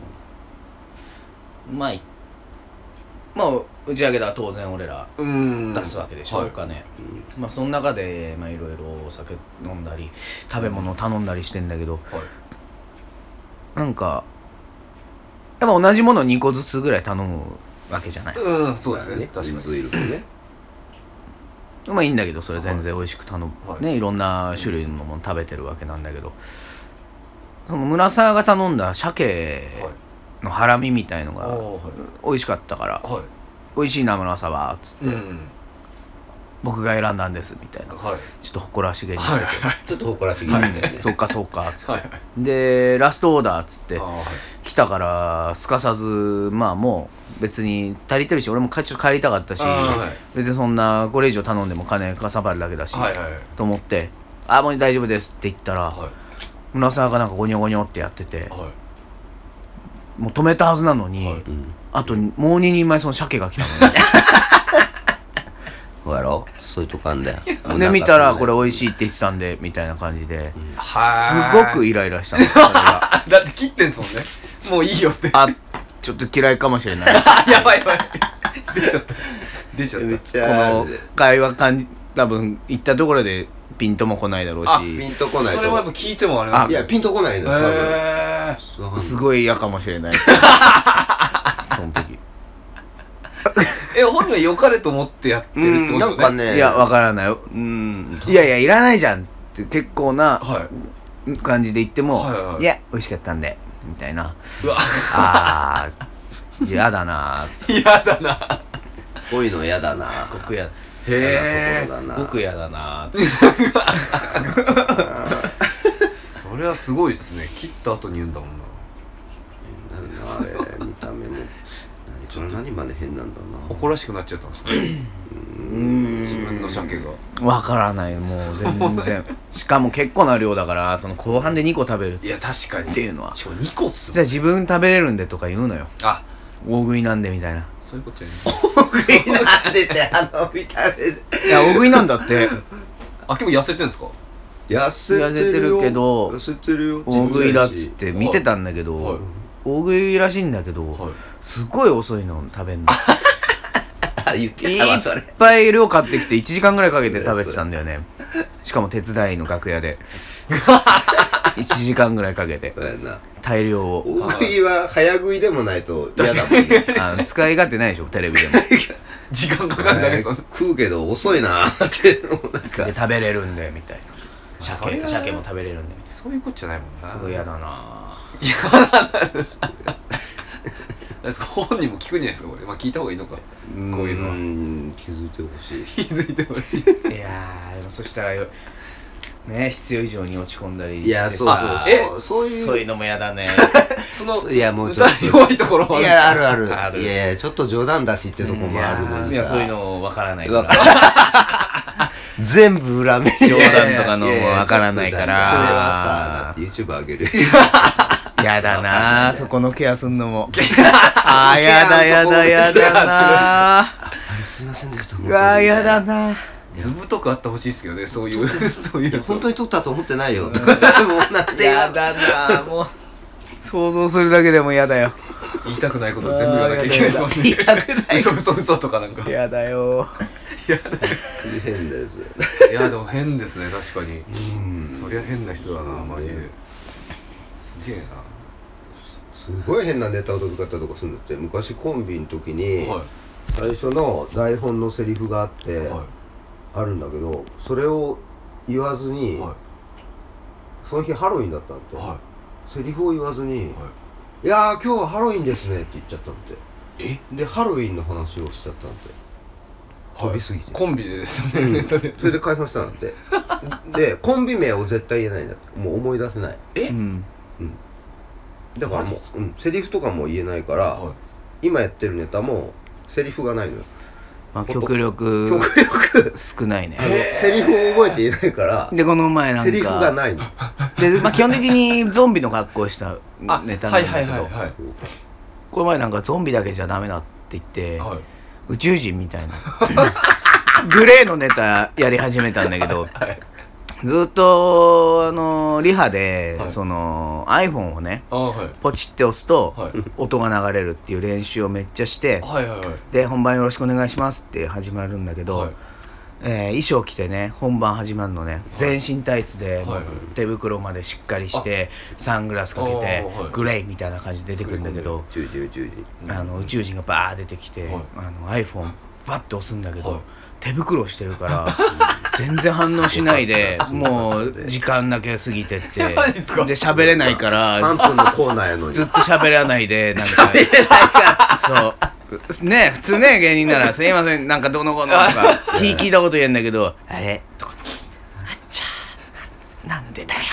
まあいまあ打ち上げだ当然俺らうーん出すわけでしょ、 はいお金、まあその中でまあいろいろお酒飲んだり食べ物頼んだりしてんだけど、 はいなんかやっぱ同じものにこずつぐらい頼むわけじゃない、 うんそうですねね確かに人数いるとねまあいいんだけどそれ全然美味しく頼む、 はいねいろんな種類のもの食べてるわけなんだけど、その村沢が頼んだ鮭はいのハラミみたいのがああはい美味しかったからはい 「美味しいな村沢」っつって、 うん僕が選んだんですみたいなはいちょっと誇らしげにしてて、 ちょっと誇らしげみたいなねそっかそっかっつって、 はいはいでラストオーダーっつってああはい来たからすかさずまあもう別に足りてるし俺もかちょっと帰りたかったし、 ああはい別にそんなこれ以上頼んでも金かさばるだけだし、 はいはいはいと思って「あもう大丈夫です」って言ったら、 はい村沢がなんかゴニョゴニョってやっててはいもう止めたはずなのに、 はいうんあともうににんまえその鮭が来たのねほやろそういうとこあんだよで見たらこれ美味しいって言ってたんでみたいな感じで、すはごくイライラしたのそれがだって切ってんすもんねもういいよってあちょっと嫌いかもしれないやばいやばい出ちゃった出ちゃっめっちこのゃある会話感じ多分行ったところでピンとも来ないだろうあピしンとこないたそれもやっぱと聞いてもあれなんですいやピンとこないのよ多分へえわかんないすごい嫌かもしれないその時え本人は良かれと思ってやってるってうんことですよねなんかねいやわからないようんいやいやいらないじゃんって結構なはい感じで言っても、 はいはいいや美味しかったんでみたいなうわあー嫌だな嫌だなそういうの嫌だなごくや嫌なへえところだなごく嫌だなそれはすごいっすね切った後に言うんだもんななんだあれ見た目も何から何まで変なんだな誇らしくなっちゃったんですかうん自分の鮭がわからないもう全然しかも結構な量だからその後半でにこ食べるいや確かにっていうのはしかもにこっすじゃあもん自分食べれるんでとか言うのよあ大食いなんでみたいなそういうことやね食いなんでてあの見た目でいや大食いなんだってあ結構痩せてんですか痩せてるよ痩せてるけど痩せてるよ大食いだっつって見てたんだけど、 はい大食いらしいんだけど、 はいすごい遅いの食べんのあ言っいてたわそれっぱい量買ってきていちじかんぐらいかけて食べてたんだよねしかも手伝いの楽屋でいちじかんぐらいかけてそうやな大量を大食いは早食いでもないと嫌だもんねあの使い勝手ないでしょテレビでも時間かかるだけそんな食うけど遅いなーってなんかで食べれるんでみたいな鮭それは鮭も食べれるんでみたいそういうことじゃないもんななすごい嫌だな本人も聞くんじゃないですかこれ、まあ、聞いた方がいいのかこういうのはん気づいてほしい気づいてほしいいやーでもそしたらよね必要以上に落ち込んだりしていやそうそうえそうそういうそういうのも嫌だねそのいやもうちょ歌っと弱いところもあるいやあるあるあるいやいやちょっと冗談だしってとこもあるのにさいやそういうのわからないからわか全部裏目冗談とかのもわからないからこれはさだって YouTube 上げるやだなそこのケアすんのもあーやだやだやだなすいませんでしたうわーやだなずぶとくあってほしいですけどねそういうそういうやつ本当に撮ったと思ってないよとかもうなんでやだなもう想像するだけでもやだよ言いたくないこと全部言わなきゃいけないそう言いたくない嘘嘘嘘とかなんかいやだよ変だよやでも変ですね確かにうんそりゃ変な人だなマジですげえなすごい変なネタを飛び方とかするんだって昔コンビの時にはい最初の台本のセリフがあってはあるんだけどそれを言わずいにはその日ハロウィンだったんだっていはセリフを言わずにいはい 「いやー今日はハロウィンですね」って言っちゃったんだってえでハロウィンの話をしちゃったんだって飛びすぎてコンビでですよねネタでそれで解散したんだってでコンビ名を絶対言えないんだってもう思い出せないえうんだからもう、うん、セリフとかも言えないから、 はい今やってるネタもセリフがないのよまあ極力極力少ないねあのセリフを覚えて言えないからでこの前なんかセリフがないので、まあ、基本的にゾンビの格好をしたあネタなんだけど、 はいはいはいはいこの前なんかゾンビだけじゃダメだって言って、 はい宇宙人みたいなグレーのネタやり始めたんだけど、ずっとあのリハで、 はいその iPhone をねあはいポチって押すと、 はい音が流れるっていう練習をめっちゃして、 はいはいはいで本番よろしくお願いしますって始まるんだけど、 はいえー衣装着てね本番始まるのね、全身タイツで、 はいはい手袋までしっかりしてサングラスかけて、 あーはいグレイみたいな感じで出てくるんだけど、 宇宙人宇宙人あの宇宙人がバー出てきて、 はいあの iPhone バッて押すんだけど、 はい手袋してるから全然反応しないでもう時間だけ過ぎてってマジっすかで喋れないかさんらぷんのコーナーやのにずっと喋らないでなんかそうね普通ね芸人なら「すいませんなんかどの子の」とか聞聞いたこと言うんだけど「あれ?」とか「あっちゃなんでだよ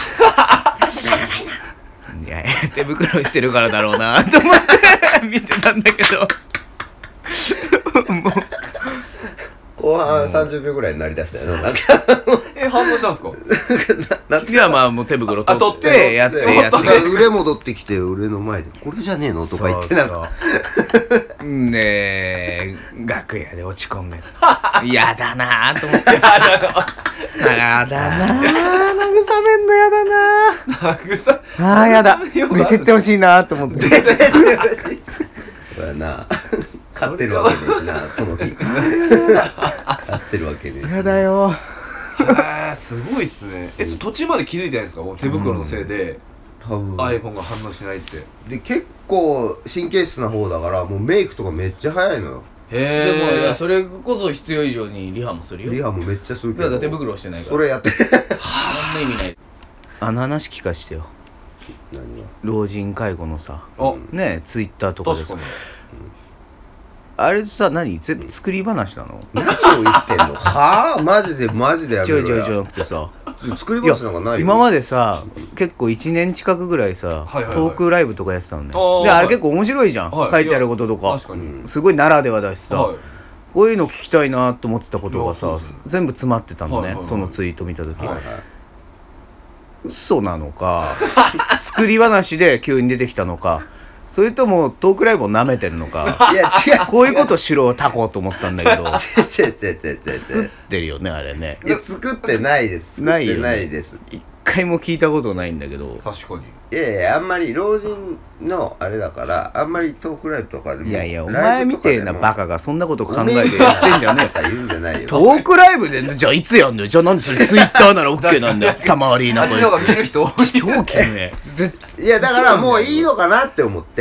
いや手袋してるからだろうな」と思って見てたんだけどもう後半さんじゅうびょうぐらいになりだしたよねなんかえ反応したんですかななんいやまあもう手袋あ取っ取っててやってやってで腕戻ってきて俺の前で「これじゃねえの?」とか言ってなんかそうそうで楽屋で落ち込んでやだなぁと思ってやだなぁやだなぁ慰めんのやだなぁ慰あーやだ寝てってほしいなぁと思ってこれな勝ってるわけねえしなその日勝ってるわけねえしやだよへえすごいっすねえちょ途中まで気づいてないんですかもう手袋のせいで多分 iPhone が反応しないってで結構神経質な方だからもうメイクとかめっちゃ早いのよへでもいやえそれこそ必要以上にリハもするよリハもめっちゃするけどだから手袋してないからそれやって何の意味ないあの話聞かしてよ何が老人介護のさあねえツイッターとかでさ確かにあれさ何全部作り話なの何を言ってんのはあマジでマジでやめろちょいちょいじゃよなくてさ作り話なんかないよ今までさ結構いちねん近くぐらいさ、 はいはいはいトークライブとかやってたのねあーであはいれ結構面白いじゃん、 はい書いてあることとか確かにすごいならではだしさ、 はいこういうの聞きたいなと思ってたことがさ、 いやそうですね全部詰まってたのね、 はいはいはいそのツイート見た時、 はい嘘なのか作り話で急に出てきたのかそれともトークライブを舐めてるのかいや違うこういうことしろタコと思ったんだけど違う違う違う違う作っ違うてるよねあれねいや作ってないです作ってないです一回も聞いたことないんだけど確かにいやいやあんまり老人のあれだからあんまりトークライブとかでもいやいやおラ前みイブとかでもてえなバカがそんなこと考えてやってんじゃねえとか言うんじゃないよトークライブでじゃあいつやんだよじゃあなんでそれツイッターなら OK なんだよたまわりなこいあっちの方が見る人多いつ超きめえ絶いやだからもういいのかなって思って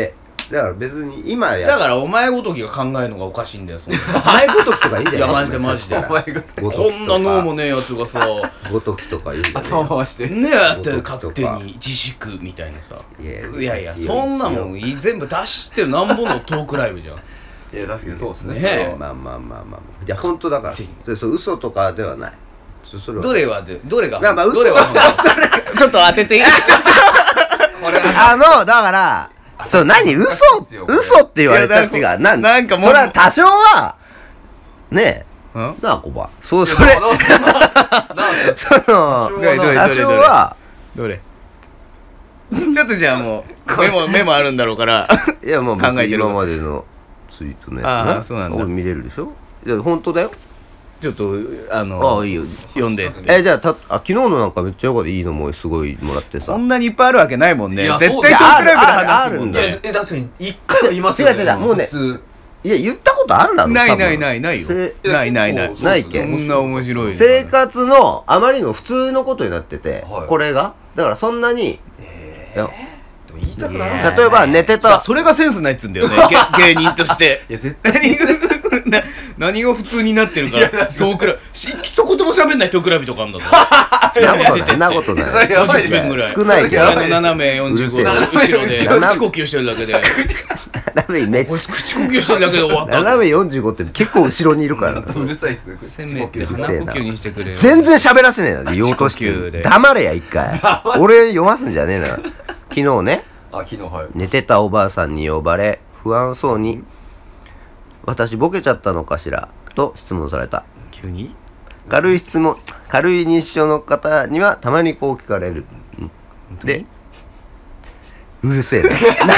だから別に今やだからお前ごときが考えるのがおかしいんだよそんなお前ごときとかいいじゃんいやマジでマジでお前がごとこきとかんな脳もねえやつがさごときとかいいじゃん頭回してねえやってごときとか勝手に自粛みたいなさいやいやいやそんなもんい全部出してなんぼのトークライブじゃんいや確かにそうですねねそれはまあまあまあまあまあいや本当だからそれそう嘘とかではないそそれはどれはでどれがまあまあ嘘どれはちょっと当てていいこれあのだからそう何嘘嘘って言われたやつがなんなんかもうそれは多少はねえうんなあコバそうそれいやなんかなんかその多少はなどれどれ多少はどれちょっとじゃあもうメモメモあるんだろうからいやまあ別に考えてる今までのツイートのやつあなあそうなんだ俺見れるでしょいや本当だよちょっとああのあいいよ読んでえじゃあたあ昨日のなんかめっちゃよかったいいのもすごいもらってさそんなにいっぱいあるわけないもんねいや絶対そうトークライブであるある話すもんいやねえ確かに一回は言いますよね違う違う違うもうね普通いや言ったことあるだろないないいないないよせないないない結構ないっけそうですねそんな面白いの生活のあまりの普通のことになってて、 はいこれがだからそんなにえいやでも言いたくならいやない例えば寝ていやたそれがセンスないっつうんだよね芸芸人としていや絶対何がな何が普通になってるからトークライブし一言も喋んないトークライブとかあんだぞなことないなことないそれやばいごじゅっぷんぐらい少ないけどそれやばい俺の斜めよんじゅうごうる度せえ後ろで斜め口呼吸してるだけで斜めめっち口呼吸してるだけで終わったゃ斜めよんじゅうごって結構後ろにいるからうるさいっすねせめてうるせえな鼻呼吸にしてくれよ全然喋らせねえな言おうとして口呼吸でる黙れや一回俺読ますんじゃねえな昨日ねあ昨日はい寝てたおばあさんに呼ばれ不安そうに私ボケちゃったのかしらと質問された急に軽い質問軽い認知症の方にはたまにこう聞かれるでうるせえな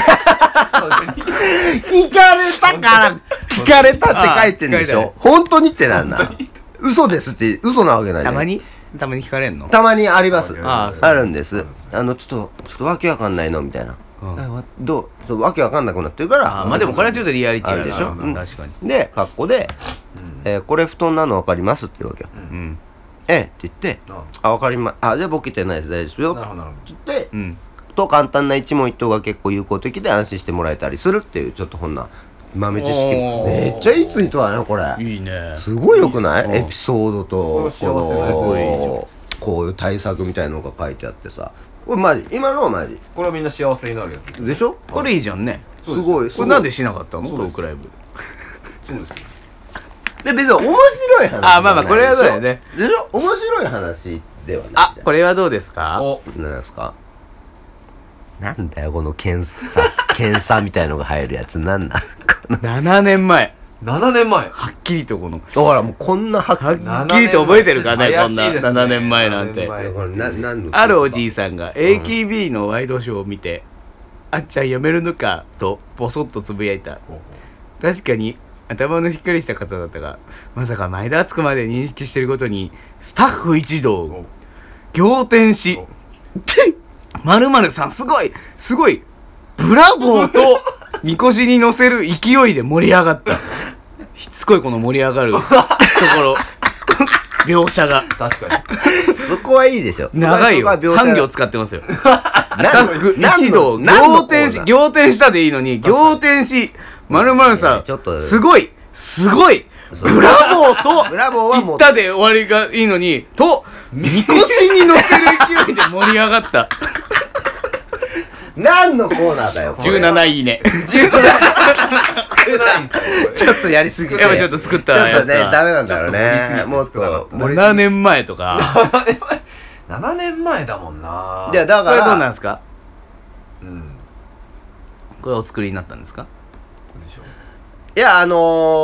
聞かれたから聞かれたって書いてんでしあょ本当にってなんだ嘘ですって嘘なわけないじゃんたまにたまに聞かれんのたまにありますああるんですあのちょっとちょっとわけわかんないのみたいなうんえわどうそうわけわかんなくなってるからあまあでもこれはちょっとリアリティあるでしょあるうんな確かにで格好で、えーこれ布団なの分かりますって言うわけようんええって言ってああ分かりまあじゃあボケてないです大丈夫ですよなるほどなるほって言ってうんと簡単な一問一答が結構有効的で安心してもらえたりするっていうちょっとこんな豆知識おーめっちゃいいツイートだねこれいいねすごいよくないうんエピソードとこれ幸せなやつこいいじゃんのこういう対策みたいのが書いてあってさこれマジ今のはマジどこれはみんな幸せになるやつですよでしょこれいいじゃんねすごいすごいこれなんでしなかったのトそうですークライブそうですで別に面白い話あまあまあこれはそうだよねでしょ面白い話ではないじゃんあこれはどうですかお何ですかなんだよこの検査検査みたいのが入るやつなんなんこのななねんまえななねんまえはっきりとこのほらもうこんなはっはきりっきりと覚えてるかねこんな怪しいですねななねんまえなんてななねんこれな何のあるおじいさんが エーケービー のワイドショーを見て「あっちゃんやめるのか」とボソッとつぶやいた確かに頭のしっかりした方だったがまさか前田敦子まで認識していることにスタッフ一同仰天し「まるまるさんすごいすごいブラボー!」とみこしに乗せる勢いで盛り上がったしつこいこの盛り上がるところ描写が確かにそこはいいでしょ長いよそこは描写さん行使ってますよスタ何ッフ何の一同何の仰天しコーナー仰天したでいいのに仰天しまるまるさんちょっとすごいすごいそうブラボーとブラボーはもう言ったで終わりがいいのにとみこしに乗せる勢いで盛り上がった何のコーナーだよこれじゅうなないいねじゅうなないんですよちょっとやりすぎてやっぱちょっと作ったやつはちょっとねダメなんだろうちょっと盛りすぎてねもっと盛りすぎななねんまえとかななねんまえだもんなじゃあだかこれどうなんらですかうんこれお作りになったんですかでしょいやあの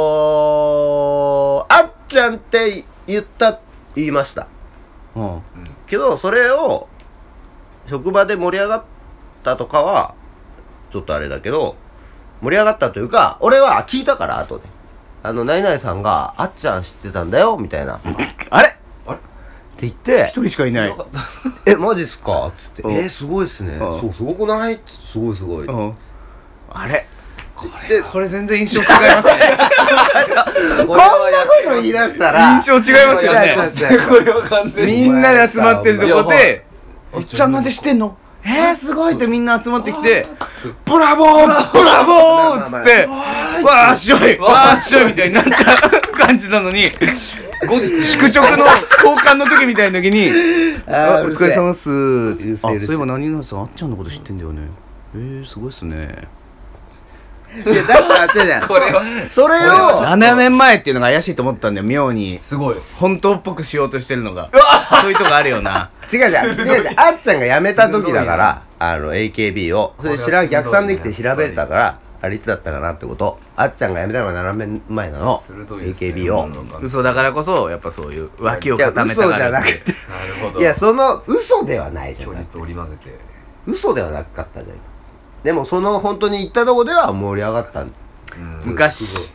ー、あっちゃんって言った言いましたうんけどそれを職場で盛り上がったとかはちょっとあれだけど盛り上がったというか俺は聞いたから後であのナイナイさんがあっちゃん知ってたんだよみたいなあれあれって言って一人しかいないよかったえマジっすかっつってうんえー、すごいっすねうんそうすごくないっつってすごいすごいうんあれでこれ全然印象違いますねこんなこと言い出したら印象違いますよねいやいやいやこれは完全にみんなで集まってるとこでいや 「おっちゃんなんで知ってんのえー、すごいってみんな集まってきてブラボーブラボーっつってわーっしょいわーっしょいみたいになった感じなのに後日宿直の交換の時みたいな時に「あお疲れ様っす」っつって「あそういえば何々さんあっちゃんのこと知ってんだよねえー、すごいっすね」 いやだから違う違うこれはそれをななねんまえっていうのが怪しいと思ったんだよ妙にすごい本当っぽくしようとしてるのがそういうとこあるよな違う違う違う違うあっちゃんが辞めた時だからあの エーケービー をそれで知ら逆算できて調べれたからあれいつだったかなってことあっちゃんが辞めたのがななねんまえなの エーケービー を嘘だからこそやっぱそういう脇を固めた嘘じがるゃなくてなるほどいやその嘘ではないじゃん供述織り交ぜて嘘ではなかったじゃんでもその本当に行ったとこでは盛り上がったん昔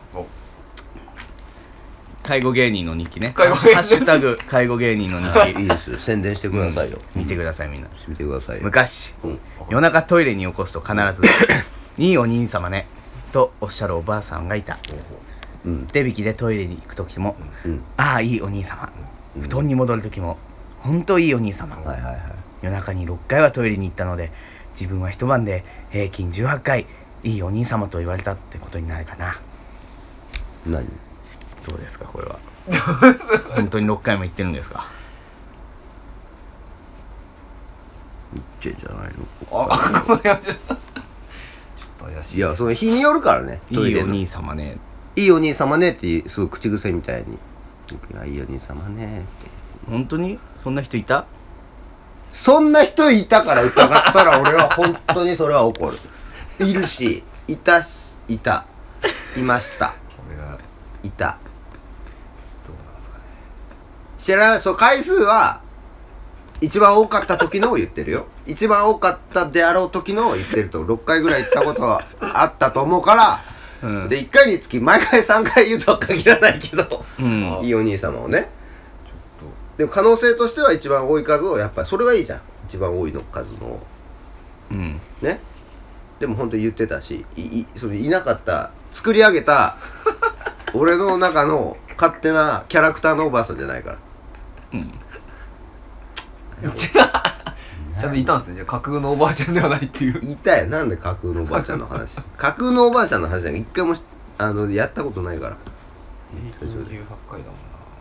介護芸人の日記ね介護ハッシュタグ介護芸人の日記いいですよ宣伝してくださいよ見てくださいみんな見てくださいよ昔うん夜中トイレに起こすと必ず「いいお兄様ね」とおっしゃるおばあさんがいたうん手引きでトイレに行く時もうん 「ああいいお兄様」 うん布団に戻る時も「ほんといいお兄様」 はいはいはい夜中にろっかいはトイレに行ったので自分は一晩で平均じゅうはちかいいいお兄様と言われたってことになるかな。 何どうですかこれは本当にろっかいも言ってるんですか言ってんじゃないのあこれはちょっと怪しいいやその日によるからねいトイレのいお兄様ねいいお兄様ねってすごい口癖みたいにいやいいお兄様ねって本当にそんな人いたそんな人いたから疑ったら俺は本当にそれは怒るいるしいたしいたいましたこれがいたどうなんですかね知らないそう回数は一番多かった時のを言ってるよ一番多かったであろう時のを言ってるとろっかいぐらい行ったことはあったと思うから、 うん、 でいっかいにつき毎回さんかい言うとは限らないけど、 うん、 いいお兄様をねちょっでも可能性としては一番多い数をやっぱりそれはいいじゃん一番多いの数のうんねでも本当に言ってたしいいそれいなかった作り上げた俺の中の勝手なキャラクターのおばあさんじゃないからうんちゃんといたんですねじゃあ架空のおばあちゃんではないっていう言いたいなんで架空のおばあちゃんの話架空のおばあちゃんの話なんか一回もしあのやったことないからじゅうはちかいだもん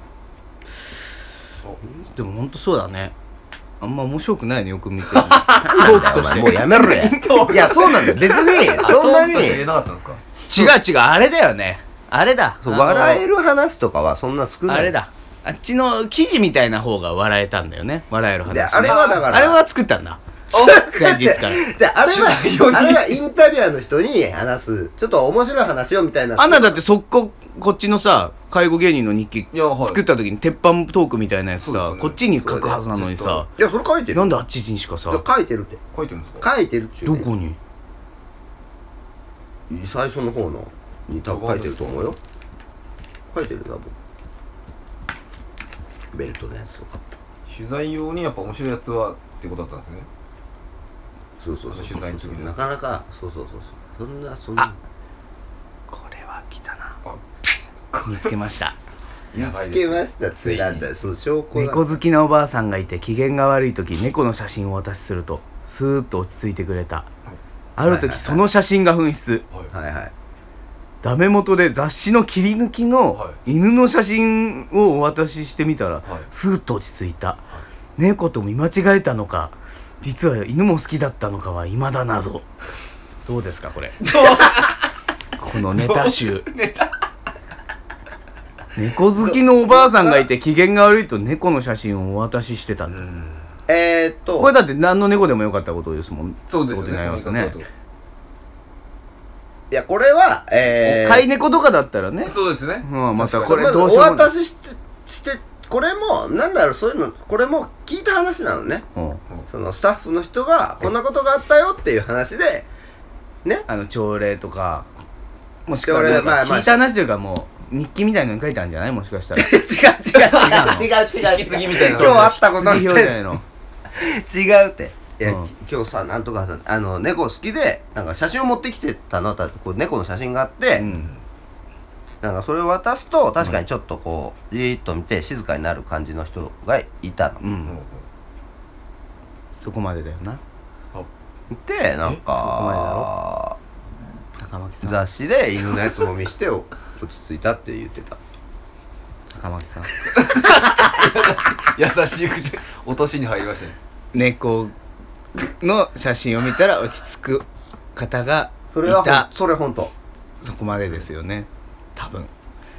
なでも本当そうだねあんま面白くないねよく見てるトークとしてもうやめろやいやそうなんだよ別にそんなにトークとして言えなかったんですか違う違うあれだよねあれだそうあの笑える話とかはそんな少ないあれだあっちの記事みたいな方が笑えたんだよね笑える話であれはだからあれは作ったんだ前日からじゃああれ取材用にはあれはインタビュアーの人に話すちょっと面白い話をみたいなあんなだって速攻こっちのさ介護芸人の日記いやはい作った時に鉄板トークみたいなやつさ、 そうですよねこっちに書くはずなのにさいやそれ書いてるなんであっちにしかさいや書いてるって書いてるんですか書いてるっちゅうねどこに最初の方のに多分書いてると思うよ書いてるな僕ベルトのやつとか取材用にやっぱ面白いやつはってことだったんですねそうそうそう取材の時になかなかそうそうそうそうそんなそんなあこれは来たな見つけました見つけましたってなんだよそう証拠だ猫好きなおばあさんがいて機嫌が悪い時猫の写真をお渡しするとスーッと落ち着いてくれたある時その写真が紛失はいはいはいダメ元で雑誌の切り抜きのは犬の写真をお渡ししてみたらはいスーッと落ち着いた猫と見間違えたのか実は犬も好きだったのかは未だ謎どうですかこれこのネタ集猫好きのおばあさんがいて機嫌が悪いと猫の写真をお渡ししてたんだうんえーっとこれだって何の猫でもよかったことですもんそうですってことになりねますねいやこれはえー飼い猫とかだったらねそうですねうんまたここれれまずおどうしようもない渡ししてしてこれもなんだろうそういうのこれも聞いた話なのねうんそのスタッフの人がこんなことがあったよっていう話でねあの朝礼とかもしくは朝礼なんかまあまあ聞いた話というかもう日記みたいのに書いてあるんじゃないもしかしたら違う違う違う違う違う引き継ぎみたいな今日あったことの次人表じゃないの違うっていや、 うん今日さなんとかさあの猫好きでなんか写真を持ってきてたのたこう猫の写真があって、 うんなんかそれを渡すと確かにちょっとこうじーっと見て静かになる感じの人がいたの、 うんそこまでだよなあでなんそこまでだか高巻さん雑誌で犬のやつも見して落ち着いたって言ってた。 高巻さん優しい口落としに入りましたね。 猫の写真を見たら落ち着く方がそれはいほんた。 それ本当。 そこまでですよね多分。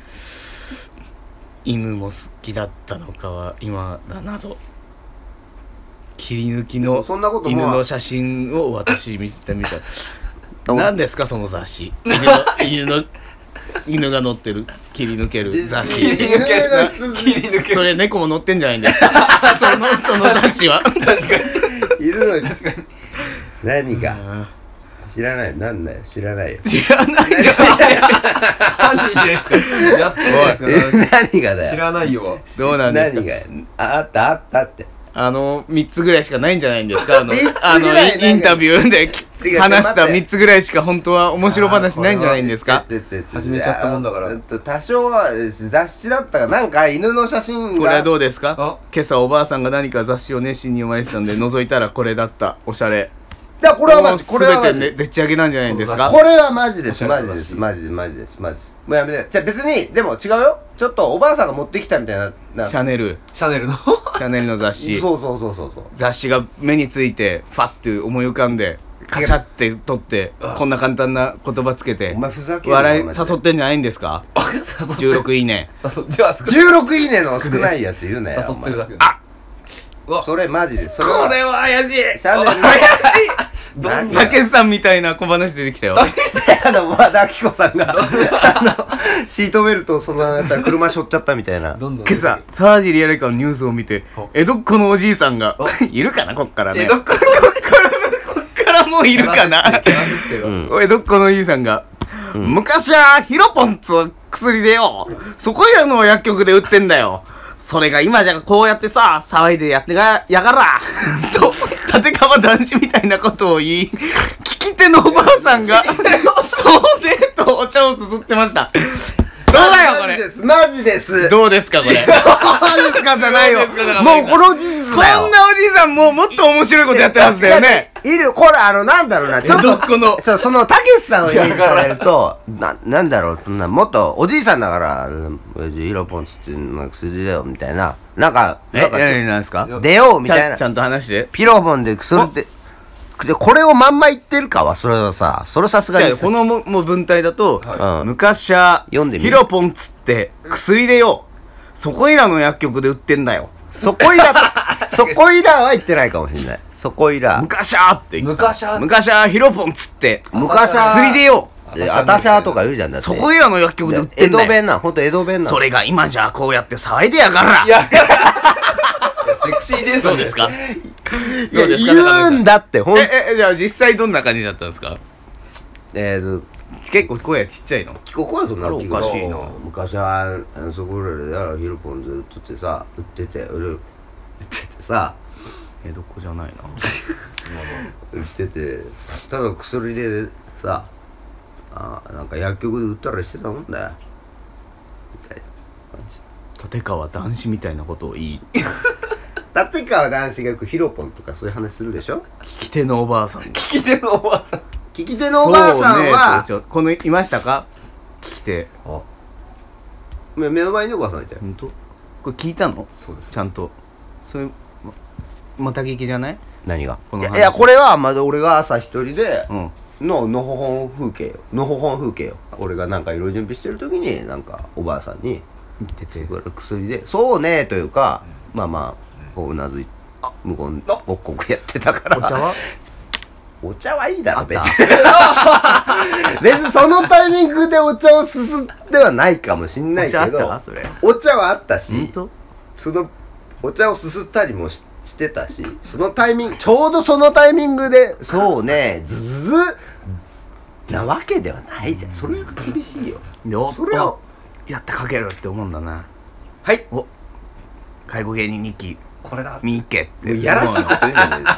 犬も好きだったのかは今だ謎。切り抜きのそんなことも犬の写真を私見てみた。何ですかその雑誌。犬の犬の犬が乗ってる切り抜ける雑誌。 犬の切り抜けそれ猫も乗ってんじゃないんですかそのその雑誌は。 確かに犬の確かに何が知らないなんだよ知らないよ。 知らないじゃん。 犯人じゃないですか。やってるんですか。 何がだよ。 知らないよ。 どうなんですか。 何がああったあったって。 あのみっつぐらいしかないんじゃないんですか。あのみっつぐらいあのなんかインタビューで違う話した待ってみっつぐらいしか本当は面白話ないんじゃないんですか。 始めちゃったもんだからいやうんと多少は雑誌だったからなんか犬の写真がこれはどうですか。 あ今朝おばあさんが何か雑誌を熱心に読まれてたんで覗いたらこれだった。おしゃれ。 いやこれはマジもうこれはマジ全てねでっち上げなんじゃないんですか。 これはマジですマジでおしゃれだしすマジでマジですマジですもうやめて。じゃあ別にでも違うよ。ちょっとおばあさんが持ってきたみたいななシャネルシャネルのシャネルの雑誌。 そうそうそうそうそう。 雑誌が目についてファッて思い浮かんでカシャって取ってこんな簡単な言葉つけてお前ふざけんな笑いマジで誘ってんじゃないんですか。じゅうろくいいね。 誘っては少じゅうろくいいねの少ないやつ言うなよ誘ってるだけあうわそれマジでそれはこれは怪しい。 シャネルのどんなたけしさんみたいな小話出てきたよ。 あの和田アキ子さんがあのシートベルトをそのままやったら車しょっちゃったみたいな。 どんどん今朝沢尻エレカのニュースを見て江戸っ子のおじいさんがいるかなこっからね。 えどっかこっからこっからもういるかな。 うん江戸っ子のおじいさんが、 うん昔はヒロポンつう薬でよそこいらの薬局で売ってんだよ。それが今じゃこうやってさ騒いでやってがやがらと立川談志みたいなことを言い聞き手のおばあさんがそうねとお茶をすすってました。どうだよこれ。 マジですマジですどうですかこれ。 どうですかじゃないよ。 どうですかじゃないもうこの事実だよ。 こんなおじいさんもうもっと面白いことやってるはずだよね。 いるこれあのなんだろうなちょっ江戸っ子のとそうそのたけしさんをイメージされるとななんだろうそんなもっとおじいさんだからうんヒロポンつってなんか薬だよみたいななんかえなんか何なんですか。 出ようみたいなちゃんちゃんと話して。 ピロポンで薬ってでこれをまんま言ってるかはそれはさそれさすがにじゃあこのももう文体だと、 はい昔は読んでみヒロポンつって薬でよそこいらの薬局で売ってんだよ。 そこいらそこいらは言ってないかもしれないそこいら昔はって言ってた。 昔は昔はヒロポンつって昔は薬でよであたしゃとか言うじゃんだってそこいらの薬局で売って江んだよ。 戸弁なほんと江戸弁なそれが今じゃこうやって騒いでやがら。 いやいやセクシーですどうですか。 いどやうですか言うんだってほんええじゃあ実際どんな感じだったんですか。 えーと結構声ちっちゃいの。 聞ここはそんなの聞くおかしいな昔はあのそこらでヒロポンずっとってさ売ってて売る売っててさ江戸っ子じゃないな。 売っててただ薬でさあなんか薬局で売ったりしてたもんだよみたいな感じ立川談志みたいなことを言い立川談志がよくヒロポンとかそういう話するでしょ。 聞き手のおばあさん聞き手のおばあさん聞き手のおばあさんは、 そうねこのいましたか聞き手。 あ目の前におばあさんいたよ。 本当これ聞いたのそうですちゃんと。それままた聞きじゃない。 何がこの話いやいやこれはまだ俺が朝一人でうんののほほん風景よのほほん風景よ。俺がなんかいろいろ準備してる時になんかおばあさんに言っててこれ薬でそうねというか、まあまあこううなずい無言あごっこくやってたからお茶はお茶はいいだろあった別に別にそのタイミングでお茶をすすってはないかもしんないけお茶あっどたそれ。 お茶はあったし本当そのお茶をすすったりも し, してたしそのタイミングちょうどそのタイミングでそうねズズズなわけではないじゃん。それは厳しいよ。 でおそれをおやったかけるって思うんだな。 はいお介護芸人日記これだ見っけってもういやらしいこと言うんじゃない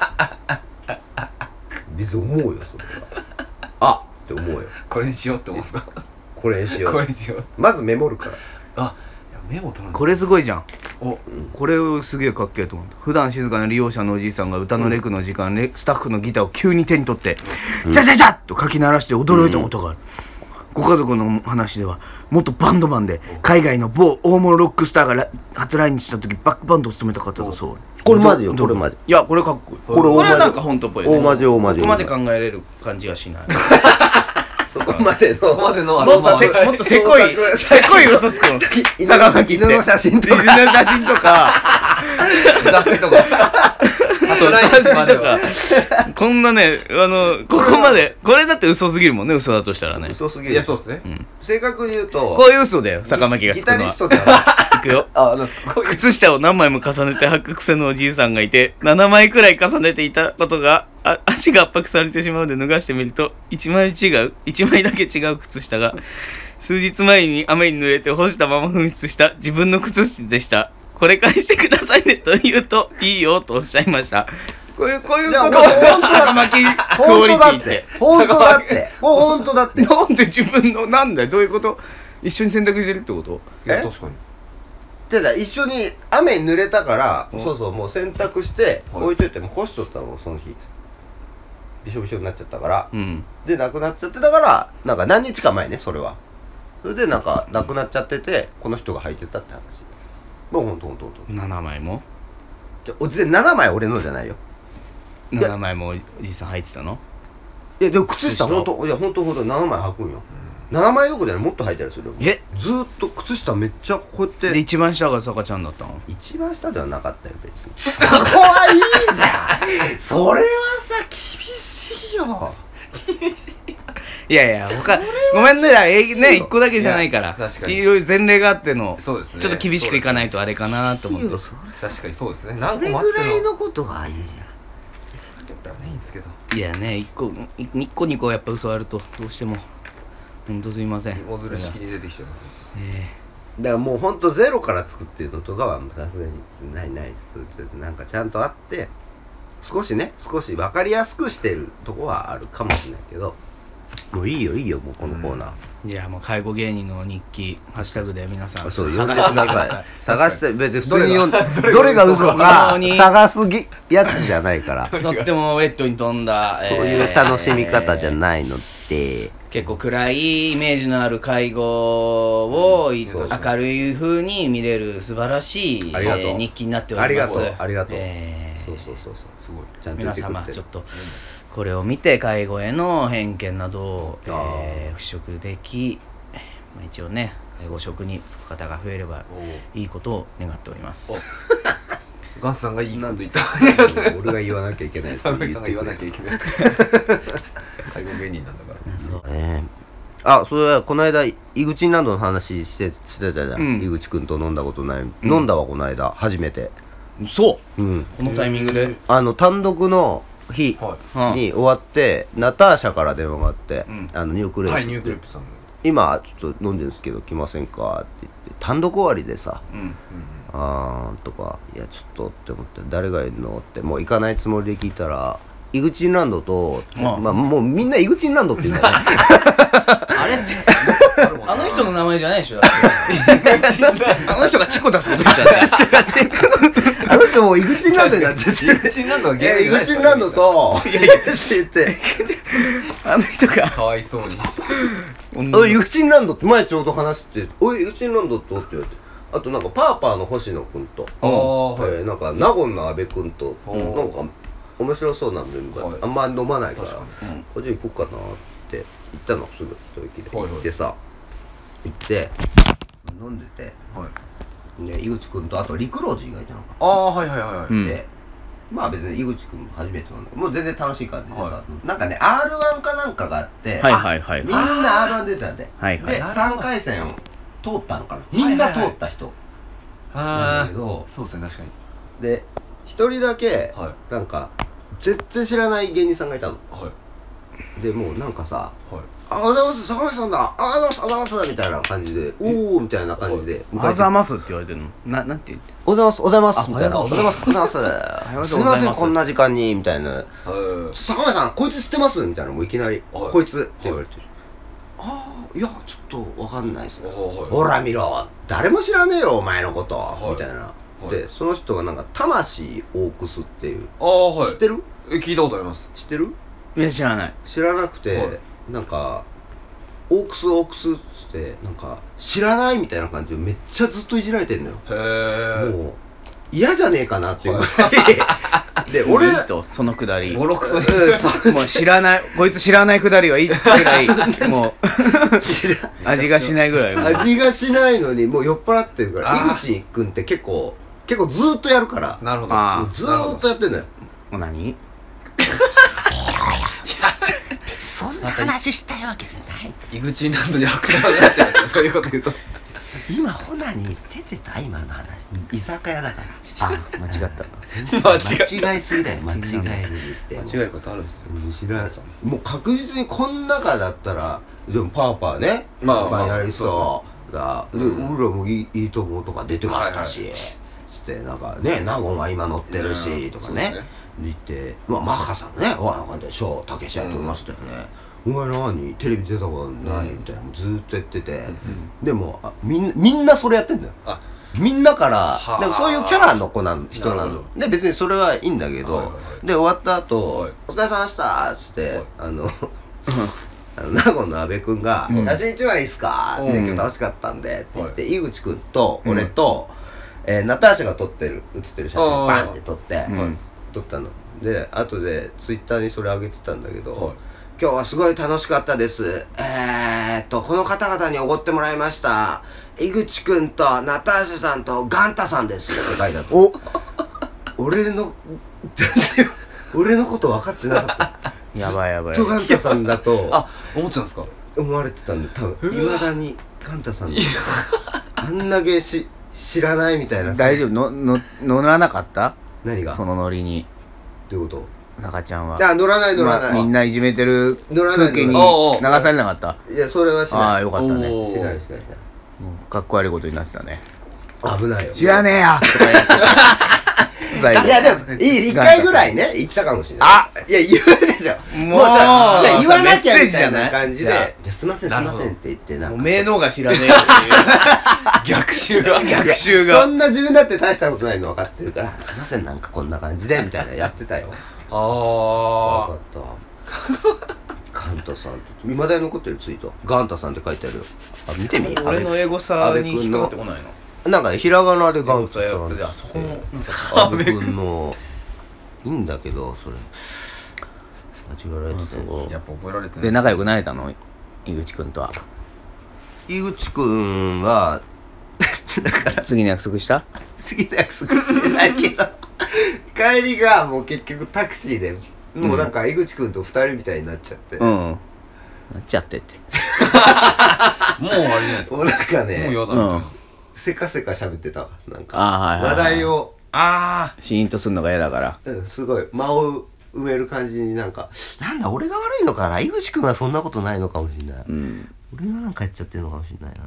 別に思うよそれはあって思うよこれにしようって思うんですかこれにしようこれにしようまずメモるからあいやメモ取るんですこれすごいじゃん。 おこれをすげえかっけえと思った。普段静かな利用者のおじいさんが歌のレクの時間、レスタッフのギターを急に手に取って「ジャジャジャッ!」とかき鳴らして驚いたことがある。ご家族の話では元バンドマンで海外の某大物ロックスターがら初来日した時バックバンドを務めた方だそう。 これマジよ、 どこれマジ。 いやこれかっこいい。 これ大マジこれはなんか本当っぽいね。 大マジ大マジここまで考えれる感じはしない。 そこまでのここまでのあのそうそう、せもっとせこいせこい嘘つくの。坂巻って犬の写真とか犬の写真とか雑誌とかあとラインまではこんなね、あのここまでこれだって嘘すぎるもんね、嘘だとしたらね。 嘘すぎる。 いやそうですね、 うん、 正確に言うとこういう嘘だよ、坂巻がつくのは。 ギタリストではないいくよ。 あ、なんですかこういう靴下を何枚も重ねて履く癖のおじいさんがいて、ななまいくらい重ねていたことがあ足が圧迫されてしまうので脱がしてみるといちまい違ういちまいだけ違う靴下が数日前に雨に濡れて干したまま紛失した自分の靴下でした。これ返してくださいねと言うといいよとおっしゃいました。こういうこういういやこと本当だ坂巻クオ本リ当だってティって本当だってもう本当だってなんで自分のなんだよ、どういうこと？一緒に洗濯してるってこと？ いやえ確かにでだ一緒に雨に濡れたからうんそうそうもう洗濯してはい置いといてもう干しとったのその日びしょびしょになっちゃったからうん。 でなくなっちゃってたからなんか何日か前ねそれはそれでなんかなくなっちゃっててこの人が履いてたって話もうほんとほんとほんとななまいもじゃお全然ななまい俺のじゃないよななまいもおじいさん履いてたの？ いやでも靴下靴下ほんといやほんとほんとななまい履くんよななまいどころじゃないもっと履いたりするよえずーっと靴下めっちゃこうやっでて一番下が坂ちゃんだったの？ 一番下ではなかったよ別にそこはいいじゃんそれはさ厳しいよいやいや、他、ごめんね、えね、一個だけじゃないから。 いや確かにいろいろ前例があっての、 そうですねちょっと厳しくいかないとあれかなと思って。 そ確かにそうですねそ何個れもあってのぐらいのことはいいじだったらねいいんですけどいやね、一個、い一個二個やっぱ嘘あると、どうしても。ほんとすいません。 芋づる式に出てきちゃいますよえゃんだからもうほんとゼロから作ってるのとかはさすがにないないですなんかちゃんとあって少しね少し分かりやすくしてるとこはあるかもしれないけどもういいよいいよもうこのコーナー、 ーじゃあもう介護芸人の日記、ハッシュタグで皆さんそう探読んでくだしてみてください。 さい探して別に普通に読んどれがどれが嘘本か当に探すぎやつじゃないからとってもウェットに飛んだ、 そういう楽しみ方じゃないのって結構暗いイメージのある介護をいそうそう明るい風に見れる素晴らしい、 ありがとうえー日記になっております。 ありがとうありがとうえーそうそうそうそうすごいちゃんと言皆ってくれてる様ちょっとこれを見て介護への偏見などを、 あーえー払拭でき、まあ、一応ねご職に就く方が増えればいいことを願っております。 ガンツさんがいいこと言った俺が言わなきゃいけない坂口さんが言わなきゃいけない介護芸人なんだからそうええあ、それはこの間井口ランドの話してしてたじゃん、 うん井口くんと飲んだことない、 うん飲んだわこの間初めてそううんこのタイミングで、 あの単独の日はうんに終わってナターシャから電話があって、 うんあのニュークいレープはいニュークレープさんの今ちょっと飲んでるんですけど来ませんかって言って単独終わりでさうんうんあーとかいやちょっとって思って誰がいるのってもう行かないつもりで聞いたら井口ランドと、 うんまあもうみんな井口ランドって言うんだよねあれってあの人の名前じゃないでしょだってあの人がチコ出すことにしちゃってあの人もう井口ランドになっちゃって井口ランドは芸井人じゃないですか口ランドといやいやって言ってあの人がかわいそうにおい、ユクチンランドって前ちょうど話しておい、ユクチンランドとって言われてあとなんかパーパーの星野くんとああはいえーなんか納言の阿部くんとおーなんか面白そうなメンバー、 はいあんま飲まないから確かこっち行こうかなって言ったのすぐ一息ではいはい行ってさ行って飲んでてはいで井口くんとあと陸老寺がいたのかああはいはいはいはいうんでまあ別に井口くん初めてなんだけどもう全然楽しい感じでさ、 はなんかね アールワン かなんかがあって、 はいはいはいみんな アールワン 出てたんで、 はいはいでさんかい戦を通ったのかなみんな通った人なんだあけど、 そうですね確かにで一人だけはいなんか全然知らない芸人さんがいたのはいでもうなんかさはいあ、おはようございます坂口さんだあ、どうもおはようございますみたいな感じでおおみたいな感じであざますって言われてるのな、なんて言っておはようございますおはようございますみたいなあおはようございますおはようございますすいませんこんな時間にみたいなはい坂口さんこいつ知ってますみたいなもういきなりはいこいつって言われてああいやちょっとわかんないっすねおーはいほら見ろ誰も知らねえよお前のこと、 はいみたいなで、 はいその人がなんか魂オークスっていう、 ああはい知ってるえ聞いたことあります知ってるいや知らない。 知らなくて、 はいなんかオークスオークスってなんか知らないみたいな感じでめっちゃずっといじられてんのよ。 へえもう嫌じゃねえかなっていうぐらいで俺俺いいとそのくだりボロクソにうんそうもう知らないこいつ知らないくだりはいいぐらいもう味がしないぐらいもう味がしないのにもう酔っ払ってるからあー井口君って結構結構ずーっとやるからなるほどあもうずーっとやってんのよ。 もう何そんな話したいわけじゃない井口ランドに拍手が上がっちゃうんですよそういうこと言うと今ホナに出てた今の話居酒屋だからあ間違った間違間違いすぎだよ間違いにして間違えることあるんですようん知らないもう確実にこん中だったらでもパーパーねまあまあやりそうだで、 うん俺らもいいいいともとか出てましたし、つってなんかね納言は今乗ってるし、 うんとかねそうですね言ってまあマッハさんねおいなんでショーたけしやってましたよね、お前何テレビ出たことない、 うんみたいなずーっとやってて、 うんでもあみんなみんなそれやってんだよあみんなからはあでもそういうキャラの子なん人ななるのほで別にそれはいいんだけど、 はいはいはいで終わった後、 はいお疲れ様でした」っつって、 はいあのあの名護の阿部君がうん 「写真一枚いいっすか?」って「 うん今日楽しかったんで」って言って、 は井口君と俺と、えーナターシャが撮ってる写ってる写真あーバンって撮って、 うん撮ったので後でツイッターにそれ上げてたんだけど、 はい今日はすごい楽しかったです。えーっと、この方々におごってもらいました。井口くんとナターシャさんとガンタさんですって書いてあった。 お俺の、全然、俺のこと分かってなかった。 やばいやばいずっとガンタさんだとあ思ってたんですか思われてたんで、多分、いまだにガンタさんだとあんだけし知らないみたいな。 大丈夫のの乗らなかった何がそのノリにどういうこ中ちゃんはとあ、乗らない乗らない。 まみんないじめてる乗らない風景に乗らない流されなかったいや、それはしああない。 よかったねおーしないしないしもうかっこ悪いことになってたねない。危ないよ。 知らねえよとかやって最後いやでもいい一回ぐらいね言ったかもしれないあいや言うでしょもうじゃあじゃあ言わなきゃメッセーみたいジじゃないな感じでじゃあじゃあすいませんすいませんって言ってなんかもう名能が知らねえよっていう逆襲が逆襲そがんな自分だって大したことないの分かってるからすいませんなんかこんな感じでみたいなやってたよあ分あかったガンタさんっていまだに残ってるツイートガンタさんって書いてあるよあ見てみ俺のエゴサに引っかかってこないのなんかねひらがなでガンタさんエゴサやってあそこもなんか阿部君のいいんだけどそれ間違えられてたよやっぱ覚えられてないで仲良くなれたの井口くんとは井口くんはだから次の約束した次の約束してないけど帰りがもう結局タクシーでもうなんか井口くんと二人みたいになっちゃって、 うんなっちゃってってもうあれじゃないですかもうなんかもうね嫌だみたいな、 うんせかせか喋ってたわなんかあーはいはいはい話題を、 あシーンとすんのが嫌だからうん、すごい間を埋める感じになんかなんだ俺が悪いのかな井口くんはそんなことないのかもしれない、 うん俺がなんかやっちゃってるのかもしれないな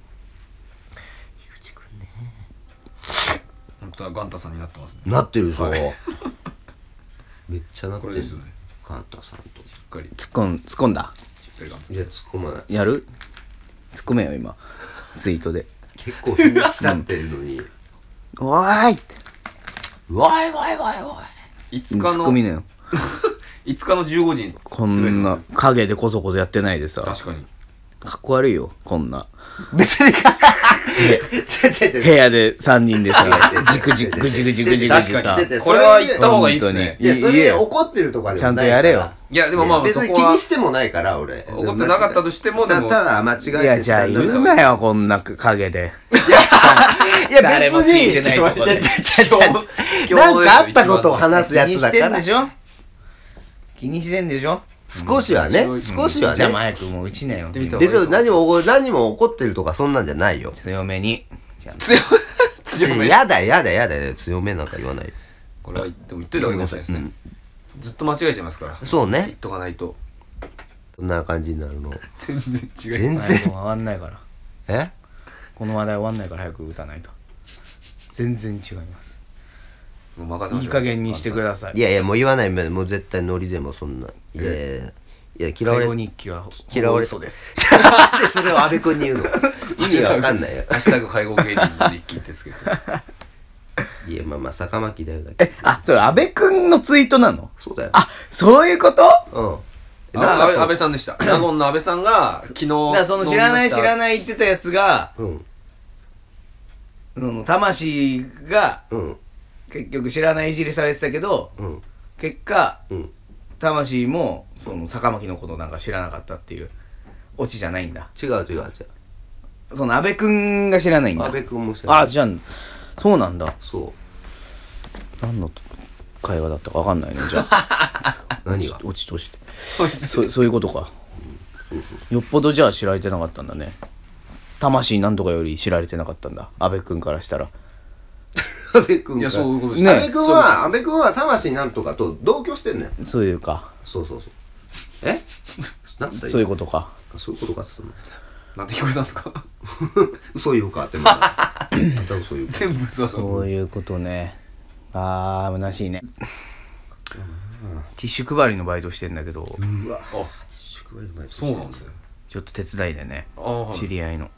井口くんねあ本当はガンタさんになってますねなってるでしょ、 はいめっちゃなってるこれですよねカンタさんとしっかり突っ込ん突っ込んだしっかりガンタさんいや突っ込まないやる突っ込めよ今ツイートで結構日にちたってるのにおーいってわいわいわいわいつ突っかの込みなよいつかのじゅうごじにこんな影でこそこそやってないでさ確かにかっこ悪いよこんない別にか違う違う違う部屋でさんにんでさいやいやいやじくじくぐじぐじぐじぐじさ確かにこれは言った方がいいっすねいやそれで言えよ怒ってるとかでもないからちゃんとやれよいやでもまあ別そこはに気にしてもないから俺怒ってなかったとしてもでもたただ間違えてたいやじゃあ言うなよこんな影でいや誰も別に聞いてないとこで違う違う違う違うなんかあったことを話すや気につだからしてんでしょ気にしてんでしょ少しはね少しはじゃあね早くもう打ちなよってみた別に何も怒何も怒ってるとかそんなんじゃないよ強めにちゃんと強い強めやだやだやだ強めなんか言わないよこれは言っても言っといた方がいいかもしれないですねずっと間違えちゃいますからそうね言っとかないとそんな感じになるの全然違い全然早く終わんないからえこの話題終わんないから早く打たないと全然違いますもう任せましょういい加減にしてくださいいやいやもう言わないもう絶対ノリでもそんないやいやいやいや嫌われ介護日記は嫌われ嘘ですなんでそれを阿部君に言うの意味がわかんないよハッシュタグ介護芸人の日記ですけどいやまあまあ坂巻だよだけえあそれ安倍くんのツイートなの？ そうだよあそういうこと？ うんあ安倍安倍さんでした納言の安倍さんが昨日だからその知らない知らいない言ってたやつがうんその魂がうん結局知らないいじりされてたけどうん結果うん魂もその坂巻のことなんか知らなかったっていうオチじゃないんだ。 違う違う違うその安倍くんが知らないんだ。 安倍君も知らないあじゃあそうなんだ。 そ何の会話だったか分かんないねじゃあ何がオチとしてそうそそういうことか。よっぽどじゃあ知られてなかったんだね。魂なんとかより知られてなかったんだ安倍くんからしたら。 安倍君いやそういうことですね安倍君は安倍君は魂なんとかと同居してんのよそういうかそうそうそうえなんつったそういうことか。 とそういうことかっつったのなんて聞こえたんですか嘘言うかってまたまた嘘言うか全部嘘だそういうことね。あー虚しいね。ティッシュ配りのバイトしてんだけどうわあ宿題の前そうなんですねちょっと手伝いでねああはい知り合いの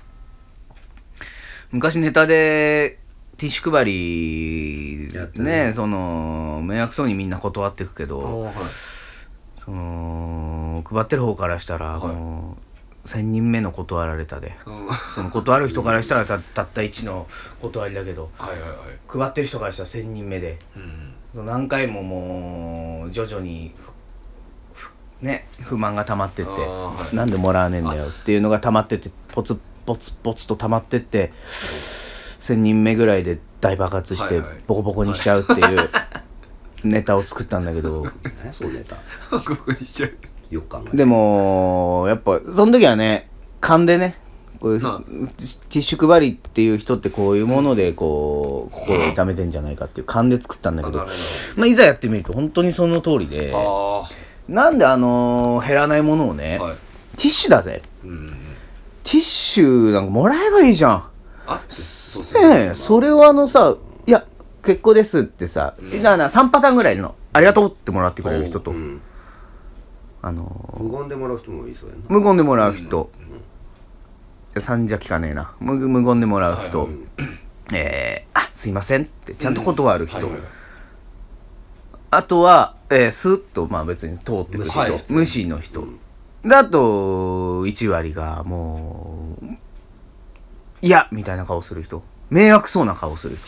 昔ネタでティッシュ配りやったねねその迷惑そうにみんな断ってくけああどはいその配ってる方からしたらはいもうせんにんめの断られたでうんその断る人からしたらたたったいちの断りだけどはいはいはい配ってる人からしたらせんにんめでうんその何回ももう徐々にふふね不満が溜まってってあーはいなんでもらわねえんだよっていうのが溜まってってポツポツポツと溜まってってせんにんめぐらいで大爆発してはいはいボコボコにしちゃうっていうネタを作ったんだけど何そうネタここにしちゃうよく考えてでもやっぱその時はね勘でねこういうテはィッシュ配りっていう人ってこういうものでこう心を痛めてんじゃないかっていう勘で作ったんだけどあなるほまあいざやってみると本当にその通りでどなんであのー減らないものをね、 ああはいティッシュだぜうんうんティッシュなんかもらえばいいじゃんあそうですねえそれをあのさいや結構ですってさ、 うんだからさんパターンぐらいのありがとうってもらってくれる人と、 うんあのー無言でもらう人もいそうやな無言でもらう人、 うんじゃさんじゃ聞かねえな無無言でもらう人、 はいはいえー、あすいませんってちゃんと断る人、 はいはいはいあとは、えー、スッとまあ別に通ってくる人、 はい無視の人、 うんであといち割がもういやみたいな顔する人迷惑そうな顔する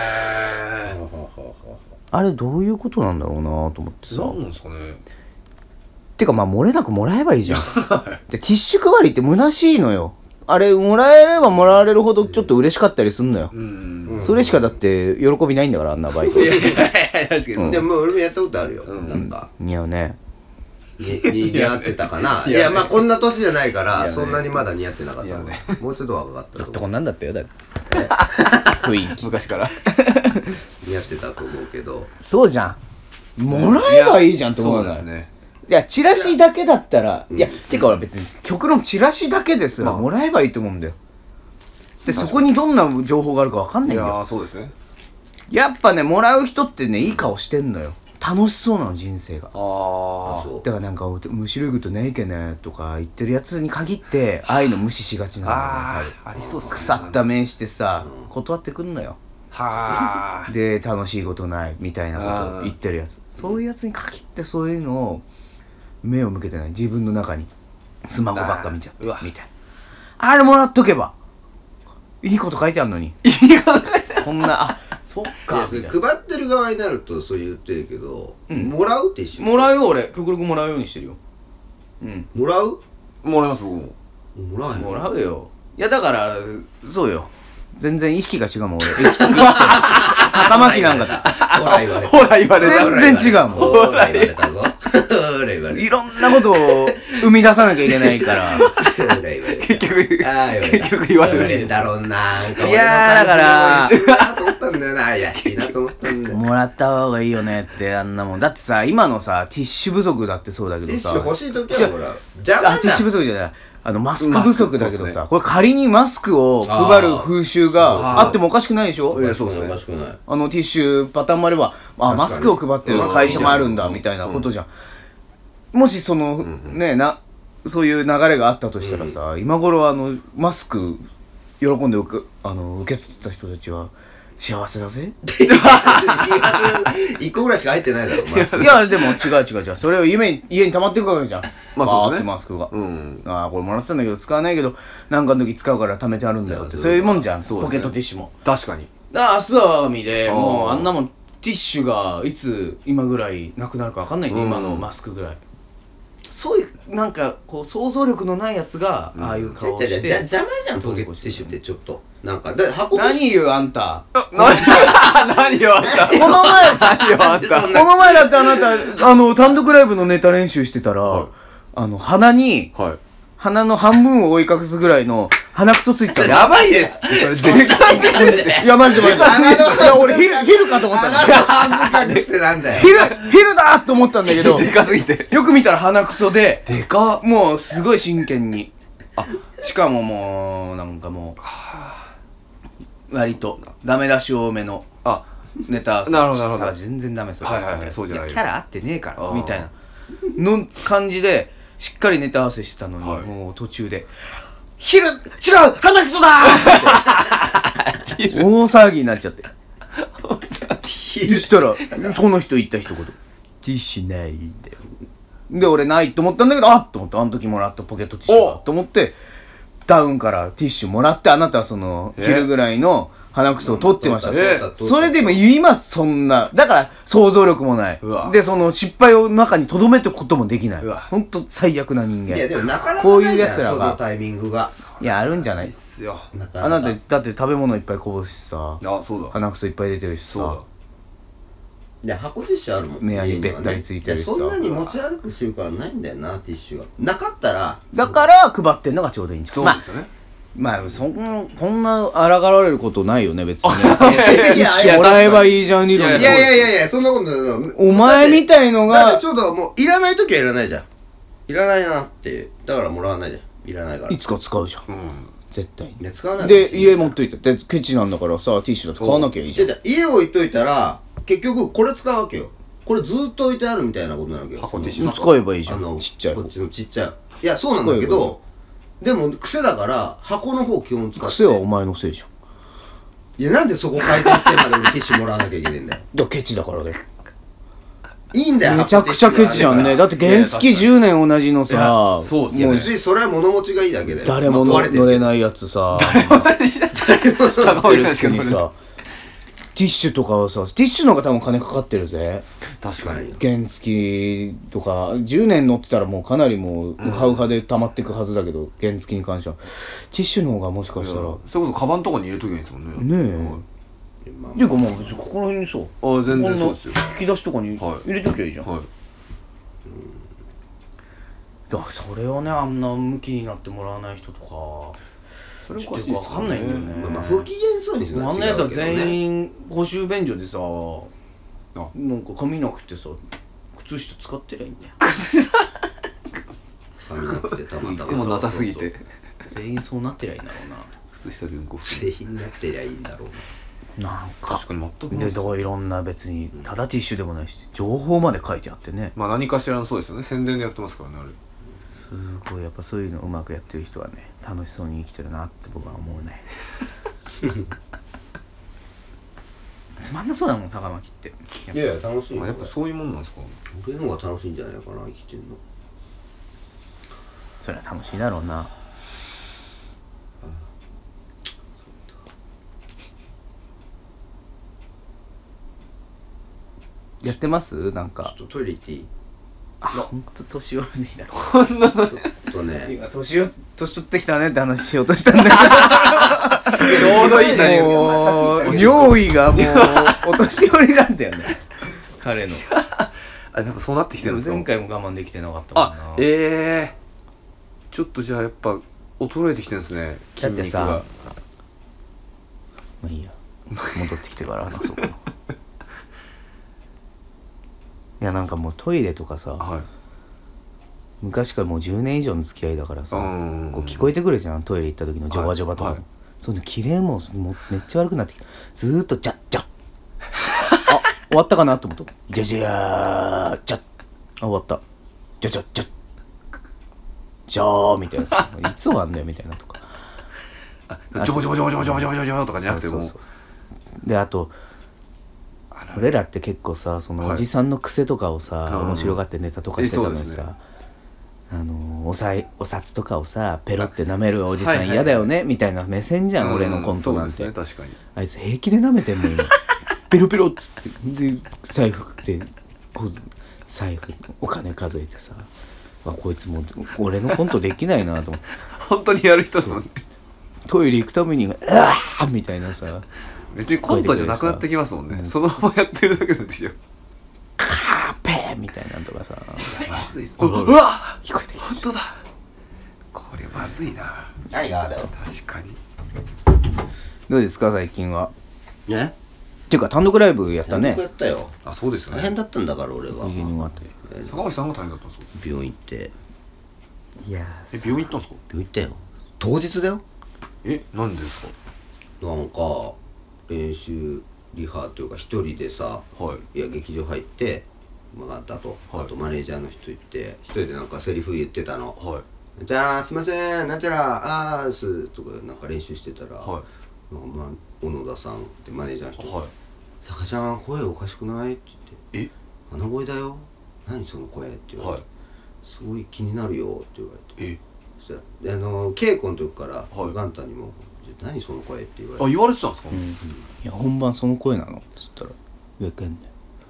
はいあれどういうことなんだろうなと思ってさそうなんですかねてかまあ漏れなくもらえばいいじゃんでティッシュ配りって虚しいのよあれもらえればもらわれるほどちょっと嬉しかったりすんのよ、 うんそれしかだって喜びないんだからあんなバイトいやいやいや確かにそうでも俺もやったことあるよ、 うんなんか似合うねにに似合ってたかないいややまあこんな年じゃないかいやねらそんなにまだ似合ってなかったのいやねもうちょっと若かったずっとと思うこんなんだったよだって雰囲気昔から似合ってたと思うけどそうじゃんもらえばいいじゃんと思うのよそうですねいやチラシだけだったらいやいやてか俺別に極論チラシだけですらまあもらえばいいと思うんだよでそこにどんな情報があるか分かんないいやんだよーそうですねやっぱねもらう人ってねいい顔してんのよ楽しそうなの人生があああそうだからなんか「虫類具とねえけね」とか言ってるやつに限ってああいうの無視しがちなんだよねあ多分あありそうっすね腐った面してさ断ってくんのよはあで楽しいことないみたいなことを言ってるやつそういうやつに限ってそういうのを目を向けてない自分の中にスマホばっか見ちゃってうわみたいなあれもらっとけばいいこと書いてあるのにこんなあそっいかやそれみたいな配ってる側になるとそう言ってるけど、 うんもらうって一緒もらうよ俺極力もらうようにしてるようんもらうもらいます僕ももらえもらうよいやだからそうよ全然意識が違うもん俺生きて生きて坂巻なんかだほら言われたほら言われた全然違うもんほら言われたぞほら言われたいろんなことを生み出さなきゃいけないからほら言われた結局ああ言われた結局言われる言われんだろうななんかいやーだから俺の感じも言ってるなと思ったんだよな怪しいなと思ったんだよもらった方がいいよねってあんなもんだってさ今のさティッシュ不足だってそうだけティッシどさュ欲しい時はもらう邪魔あティッシュ不足足じゃないあのマスク不足だけどさ、 マスクそうっすねこれ仮にマスクを配る風習があってもおかしくないでしょおかしくないおかしくないあのティッシュパターンもあればあマスクを配ってる会社もあるんだみたいなことじゃんもしそのねなそういう流れがあったとしたらさ今頃あのマスク喜んで受けあの受け取った人たちは幸せだぜ。 いっこぐらいしか入ってないだろマスク。 いやでも違う違う違う、それを夢に家に溜まっていくわけじゃん。 まあそうですねバーってマスクが、 うん、 ああこれもらってたんだけど使わないけどなんかの時使うから貯めてあるんだよって、そういうもんじゃん、 そうですねポケットティッシュも。 確かにだから明日は海でもうあーあんなもんティッシュがいつ今ぐらいなくなるか分かんないんで、 うん今のマスクぐらい。そういうなんかこう想像力のないやつがああいう顔をじゃして、 じゃ邪魔じゃんポケットティッシュってちょっとなんかで箱ティッシュ何言うあんた。 何何よあんたこの前何よあんたそんなこの前だってあなたあの単独ライブのネタ練習してたら、 はいあの鼻にはい鼻の半分を覆い隠すぐらいの鼻くそついてたの。 やばいですってそれでかすぎていやマジでマジで。いや俺ヒルヒルかと思ったの。 半分隠してなんだよヒルヒルだと思ったんだけど、 でかすぎてよく見たら鼻くそで、 でかっもうすごい真剣に。しかももうなんかもう割とダメ出し多めのあネタなるほどなるほどさ全然ダメそれ。 はいはいはいそうじゃないやキャラ合ってねえからあーみたいなの感じでしっかりネタ合わせしてたのに、 はいもう途中でヒル違う鼻くそだーっつって大騒ぎになっちゃってそしたらその人言った一言ティッシュないんだよで俺ないと思ったんだけど、あっと思ってあの時もらったポケットティッシュだと思ってダウンからティッシュもらって、あなたはそのえ昼ぐらいの鼻くそを取ってました、 えそれでも言いますそんなだから想像力もないうわでその失敗を中に留めておくこともできないうわほんと最悪な人間。 いやでもなかなかこういうやつらがそのタイミングがいやあるんじゃないすよなかなかあなただって食べ物いっぱいこぼすしさあそうだ鼻くそいっぱい出てるしそうさいや箱ティッシュあるもん目やに家はねべったりついてるしさやそんなに持ち歩く習慣ないんだよなティッシュがなかったらだから配ってんのがちょうどいいんじゃん。まあそうですよねまあそんこんな抗られることないよね別にねいやいやもらえばいいじゃん理論いいやいやいやいやそんなことないお前みたいのがだってちょうどもういらない時はいらないじゃんいらないなってだからもらわないじゃんいらないからいつか使うじゃんうん絶対にね使わないで家持っといてでケチなんだからさティッシュだって買わなきゃいいじゃん。 じゃ家置いといたら結局これ使うわけよこれずーっと置いてあるみたいなことになるわけよ箱ティッシュ使えばいいじゃんあのちっちゃい方こっちのちっちゃいいやそうなんだけどでも癖だから箱の方基本使って癖はお前のせいじゃん。 いやなんでそこ回転してまで俺ティッシュもらわなきゃいけないんだよだからケチだからねいいんだよめちゃくちゃケチじゃんね。だって原付じゅうねん同じのさいやそうっすよねいや別にそれは物持ちがいいだけで誰も乗れないやつさ高木さんしか乗れないにさティッシュとかはさティッシュの方が多分金かかってるぜ。 確かに原付とかじゅうねん乗ってたらもうかなりもうウハウハで溜まっていくはずだけど、原付に関してはティッシュの方がもしかしたらそれこそカバンとかに入れときゃいいんですもんねねえっていうかまあ別にここら辺にさあ全然そうですよ引き出しとかにはい入れときゃいいじゃん、 はいいやそれをねあんな向きになってもらわない人とかそれおかしいちょっとわかんないんだよねまあまあ不機嫌そうにするのは違うあんなやつはけどね全員公衆便所でさあなんか髪なくてさ靴下使ってりゃいいんだよ髪なくてたまたまでもなさすぎて全員そうなってりゃいいんだろうな靴下でうんこ拭全員なってりゃいいんだろうなんか確かに全くないでだからいろんな別にただティッシュでもないし情報まで書いてあってねまあ何かしらのそうですよね宣伝でやってますからねあれすごいやっぱそういうのうまくやってる人はね楽しそうに生きてるなって僕は思うねつまんなそうだもん高巻っていやいや楽しいよまあやっぱそういうもんなんですか俺の方が楽しいんじゃないかな生きてんのそれは楽しいだろうなやってますなんかちょっとトイレ行っていいあほんと年寄りでいいだろちょっとね今年よ年取ってきたねって話しようとしたんだけどちょうどいいタイミングもう尿意がもうお年寄りなんだよね彼のあなんかそうなってきてるんですか前回も我慢できてなかったもんなあええー、ちょっとじゃあやっぱ衰えてきてるんですねだってさ筋肉がまあいいや戻ってきてから話そうかないやなんかもうトイレとかさはい昔からもうじゅうねん以上の付き合いだからさうんこう聞こえてくるじゃんトイレ行った時のジョバジョバとかも、 はいはいその綺麗ももうめっちゃ悪くなってきたずーっとジャッジャッあ終わったかなと思ったジャジャージャッあ終わったジャジャッジャッジャーみたいなさいつ終わんだよみたいなとかジョボジョボジョボジョボジョボジョボジョボとかじゃなくてもうそうそうそうであと俺らって結構さそのおじさんの癖とかをさ、はい、面白がってネタとかしてたのにさ、ね、あのおさいお札とかをさペロって舐めるおじさん嫌だよね、はいはい、みたいな目線じゃん、うん、俺のコントなんて、 そうですね、確かにあいつ平気で舐めてんの今ペロペロっつってで財布でこう財布お金数えてさあこいつもう俺のコントできないなと思って本当にやる人っすもんね。 トイレ行くためにうわーみたいなさ別にコントじゃなくなってきますもんね、うん、そのままやってるだけなんですよ。 カーペーみたいなんとかさまずいっす。うわ聞こえてきた。 本当だ。これまずいな。 何があだよ。 確かに。 どうですか最近は。 ねっていうか単独ライブやったね。 単独やったよ。 あ、そうですよね。 大変だったんだから俺は。 坂口さんが大変だったんですか。 病院行って。 いやえ病院行ったんですか。 病院行ったよ。当日だよ。 えなんでですか。 なんか練習リハというか一人でさ、はい、いや劇場入って曲がったと、はい、あとマネージャーの人行って一人でなんかセリフ言ってたの、はい、じゃあすいませんなんちゃらあーすとかなんか練習してたら、はい、なんか、ま、小野田さんってマネージャーの人、はい、坂ちゃん声おかしくないって言ってえ鼻声だよ何その声って言われて、はい、すごい気になるよって言われてえそしたらであの稽古の時から、はい、ガンタにも何その声って言われてあ言われてたんですか、 うん、いや本番その声なのっつったら「わかんない」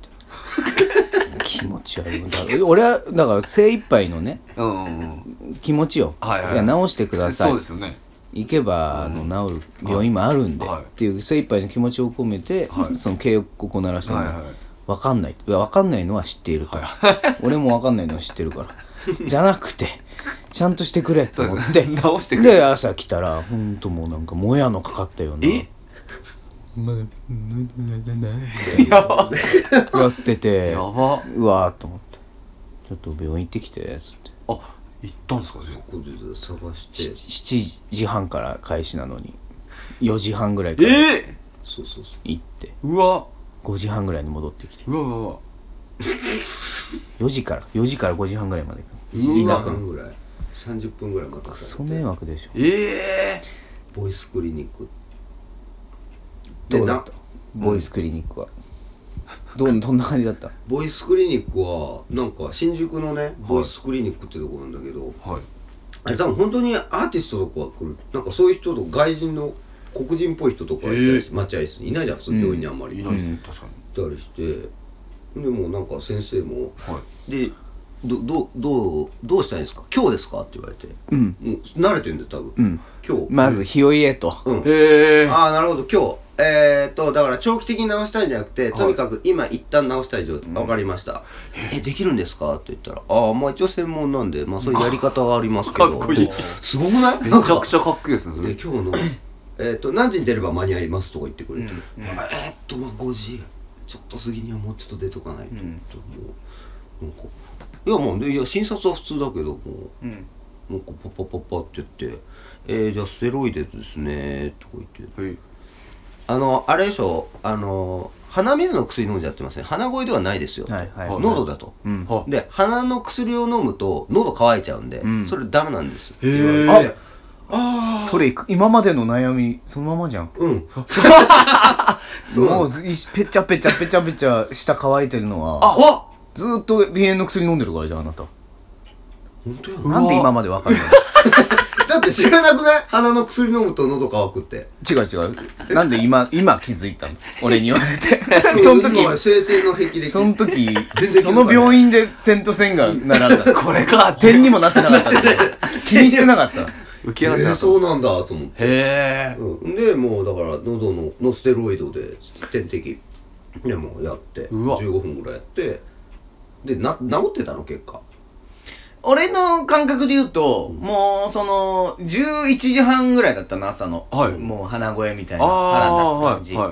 気持ち悪いだ俺はだから精一杯のね、うんうんうん、気持ちよ、はいはい、いや直してくださいそうですよね行けばあの治る病院もあるんで、はい、っていう精一杯の気持ちを込めて、はい、その稽古を鳴らしても、はいはい、分かんない分かんないのは知っていると、はい、俺も分かんないのは知ってるからじゃなくてちゃんとしてくれと思って直してくれで朝来たらほんともうなんかもやのかかったようなえまだやばやっててやばうわーと思ってちょっと病院行ってきてっつってあ行ったんですかそこで探してしちじはんから開始なのによじはんぐらいからえー、 そうそうそう行ってうわごじはんぐらいに戻ってきてうわうわうわよじからよじからごじはんぐらいまでいちじかんぐらいさんじゅっぷんぐらい待たされてクソ迷惑でしょええー、ボイスクリニックどうだったボイスクリニックは、うん、ど, どんな感じだったボイスクリニックはなんか新宿のねボイスクリニックってとこなんだけど、はい、あれ多分本当にアーティストとか来るなんかそういう人と外人の黒人っぽい人とかいたりして、待合室にいないじゃん普通病院にあんまり、 うん、いないですね確かにいたりしてでもなんか先生も、はい、でどどどうどうしたいんですか今日ですかって言われて、うん、もう慣れてるんで多分、うん、今日まず日を言えと、 うん、へえああなるほど今日えー、っとだから長期的に直したいんじゃなくてとにかく今一旦直したい状態、分かりました、うん、えできるんですかって言ったらああまあ一応専門なんでまあそういうやり方はありますけどかっこいいすごくないめちゃくちゃかっこいいですねそれで今日のえーっと何時に出れば間に合いますとか言ってくれて、うんうん、えー、っとまあごじちょっと過ぎにはもうちょっと出とかないと、うん、もうなんかいやもう、ね、いや診察は普通だけどもう、うん、なんかパッパッパッパって言って「えー、じゃあステロイドですね」とか言って、はい、あのあれでしょあの鼻水の薬飲んじゃってますね鼻声ではないですよ、はいはい、喉だと、うん、で鼻の薬を飲むと喉乾いちゃうんで、うん、それダメなんですって言われてああそれ今までの悩みそのままじゃんうんもうペチャペチャペチャペチャ舌乾いてるのはあずーっと鼻炎の薬飲んでるからじゃああなた本当やなんで今まで分かるのだって知らなくない鼻の薬飲むと喉乾くって違う違うなんで今今気づいたの俺に言われてその時晴天の霹靂その時その病院で点と線が並んだこれか点にもなってなかった気にしてなかった浮き上がってなかった、えー、そうなんだと思ってへえ、 うん、でもうだから喉ののステロイドで点滴でもうやってじゅうごふんぐらいやってでな治ってたの結果俺の感覚で言うと、うん、もうそのじゅういちじはんぐらいだったの朝の、はい、もう鼻声みたいな腹立つ感じ、はいはい、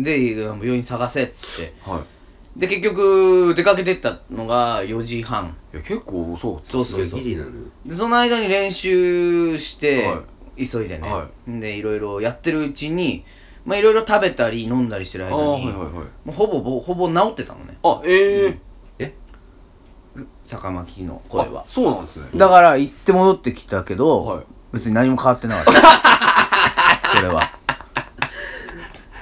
で病院探せっつって、はい、で結局出かけてったのがよじはんいや結構遅かったそうそうそうギリなのでその間に練習して、はい、急いでね、はい、でいろいろやってるうちにまあいろいろ食べたり飲んだりしてる間に、はいはいはい、もうほぼほぼ治ってたのねあえー、うん坂巻の声はそうなんですねだから行って戻ってきたけど、はい、別に何も変わってなかったそれは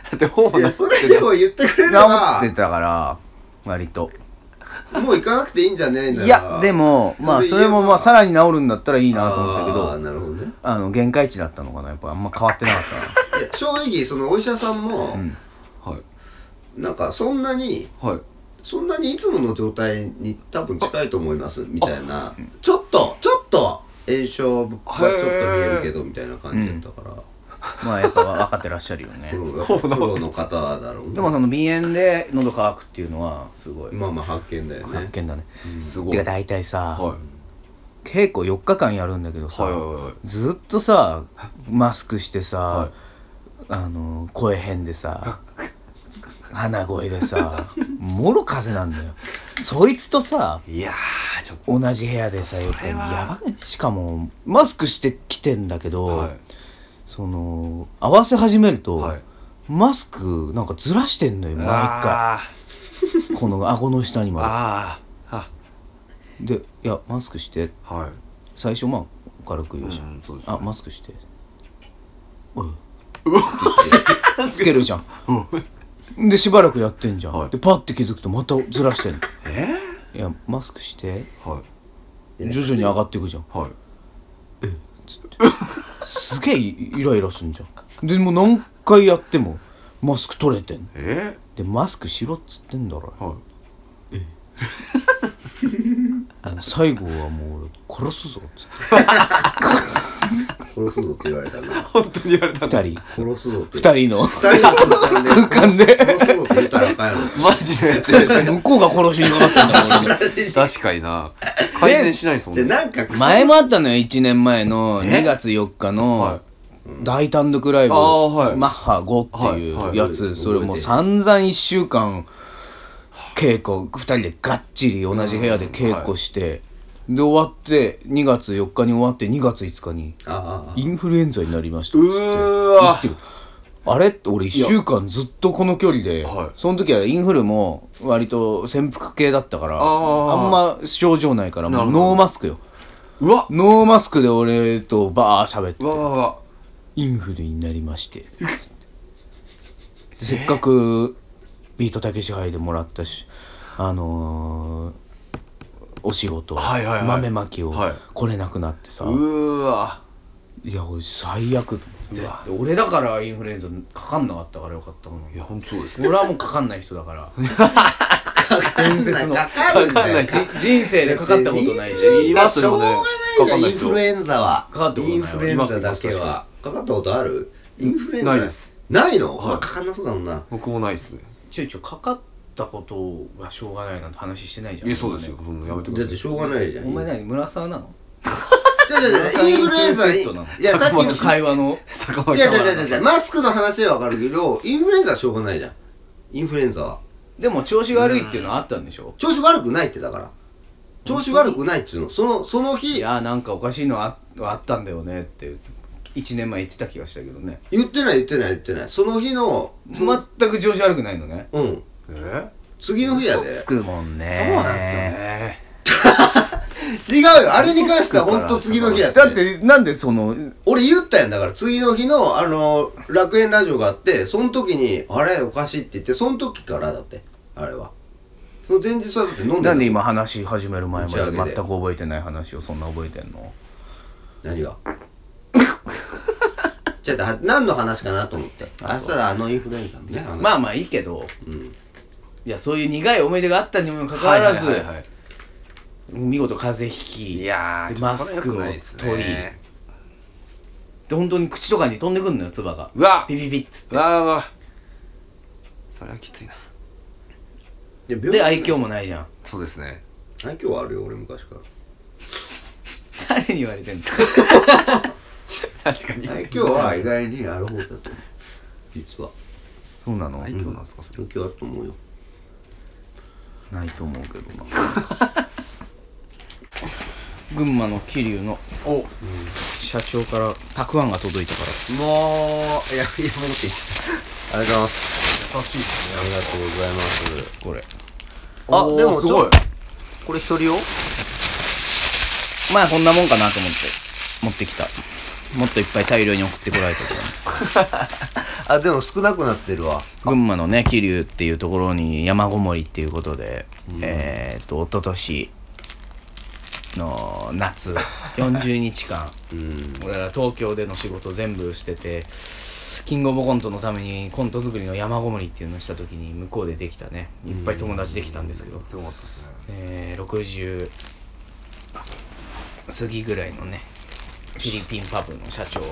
でほぼいやそれでも言ってくれれ治ばってたから割ともう行かなくていいんじゃねえんだいやでもまあそれもまあさらに治るんだったらいいなと思ったけあーどなるほどね。 あの限界値だったのかなやっぱあんま変わってなかったいや正直そのお医者さんも、 なうんはいなんかそんなにはいそんなにいつもの状態に多分近いと思いますみたいな、ちょっとちょっと炎症はちょっと見えるけどみたいな感じだったから、 まあやっぱ分かってらっしゃるよねプロプロの方だろうね。 でもその鼻炎で喉乾くっていうのはすごいまあまあ発見だよね。 発見だねすごいてか大体さはい稽古よっかかんやるんだけどさはいはいはいずっとさマスクしてさ、 はいあの声変でさ鼻声でさもろ風なんだよそいつとさいやーちょっと同じ部屋でさよくそれはやばいしかもマスクしてきてんだけど、 はいその合わせ始めると、 はいマスクなんかずらしてんのよ毎回あこの顎の下にーまあーあででいやマスクしてはい最初まあ軽く言うじゃん、 うんそうですねあマスクしておいって言ってつけるじゃんでしばらくやってんじゃん、 はいでパッて気づくとまたずらしてんのえいやマスクしてーはい徐々に上がっていくじゃんはいすげえイライラすんじゃんでもう何回やってもマスク取れてんえでマスクしろっつってんだろーはいあの最後はもう俺殺すぞっつって殺すぞって言われたな。 本当に言われた二人殺すぞって。 二人の二人の空間で空間で殺すぞって言ったらあかんやろ。 マジのやつや向こうが殺しにかかってんだもん俺の確かにな改善しないですもんじゃねなんか草前もあったのよいちねんまえのえにがつよっかはのい大単独ライブあーはいマッハごっていうはいやはいつそれもう散々いっしゅうかん稽古ふたりでがっちり同じ部屋で稽古してで終わってにがつよっかに終わってにがついつかにああインフルエンザになりましたっつってうーわ言ってるあれって俺いっしゅうかんずっとこの距離で、 はいその時はインフルも割と潜伏系だったからあーあんま症状ないからもうなるほどノーマスクようわノーマスクで俺とバー喋ってうわうわうわインフルになりましてでせっかくビートたけし杯でもらったしあのー、お仕事、 はいはいはい豆まきをはい来れなくなってさ、 うーわいや俺最悪うわ俺だからインフルエンザかかんなかったからよかったもんいや本当そうですね俺はもうかかんない人だから伝説のかかるんだよ。 じ人生でかかったことないしいますよねしょうがないじゃんインフルエンザは。 かかったことないインフルエンザだけは。かかったことある？インフルエンザないです。 ないの？ はいまあかかんなそうだもんな。 僕もないっすねちょいちょいかかったことがしょうがないなんて話してないじゃんいやそうですよそんなやめてくださいだってしょうがないじゃん。 お前何村沢なのじゃじゃじゃインフルエンザいインフルエンザなのやさっきのこの会話の坂違う違本さんはう違う違うマスクの話はわかるけどインフルエンザはしょうがないじゃん。インフルエンザはでも調子が悪いっていうのはあったんでしょ調子悪くないってだから調子悪くないっつうのそのそのい日やなんかおかしいのああったんだよねっていちねんまえ言ってた気がしたけどね言ってない言ってない言ってないその日のその全く調子悪くないのねうんえ次の日やでつくもんねそうなんですよね違うよあれに関しては本当次の日やだってなんでその俺言ったやんだから次の日のあの楽園ラジオがあってその時にあれおかしいって言ってその時からだってあれはその前日はだって飲んでたなんで今話し始める前まで打ち上げで全く覚えてない話をそんな覚えてんの何がじゃあ何の話かなと思ってああしたらあのインフルエンザのねあまあまあいいけどうんいやそういう苦い思い出があったにもかかわらず、 はいはいはいはい見事風邪ひきいやーでマスクをそれ良くないっすね取りで本当に口とかに飛んでくんのよ唾がうわピピピッつっうわうわそれはきついなでてで愛嬌もないじゃんそうですね愛嬌はあるよ俺昔か誰に言われてんの確かにら愛嬌は意外にある方だと思う実はそうなの愛嬌なんですかそれ愛嬌あると思うよないと思うけどな群馬の桐生のお社長からたくあんが届いたからもういやいや戻っていっちゃったありがとうございます優しいですありがとうございますこれあおーでもちょすごいこれ一人用まあこんなもんかなと思って持ってきたもっといっぱい大量に送ってこられたけどねあでも少なくなってるわ。 群馬のね桐生っていうところに山ごもりっていうことで、うん、えー、っと一昨年の夏よんじゅうにちかん、うん、俺ら東京での仕事全部しててキングオブコントのためにコント作りの山ごもりっていうのをした時に向こうでできたねいっぱい友達できたんですけど、 すごかったですね、 えー、ろくじゅう過ぎぐらいのねフィリピンパブの社長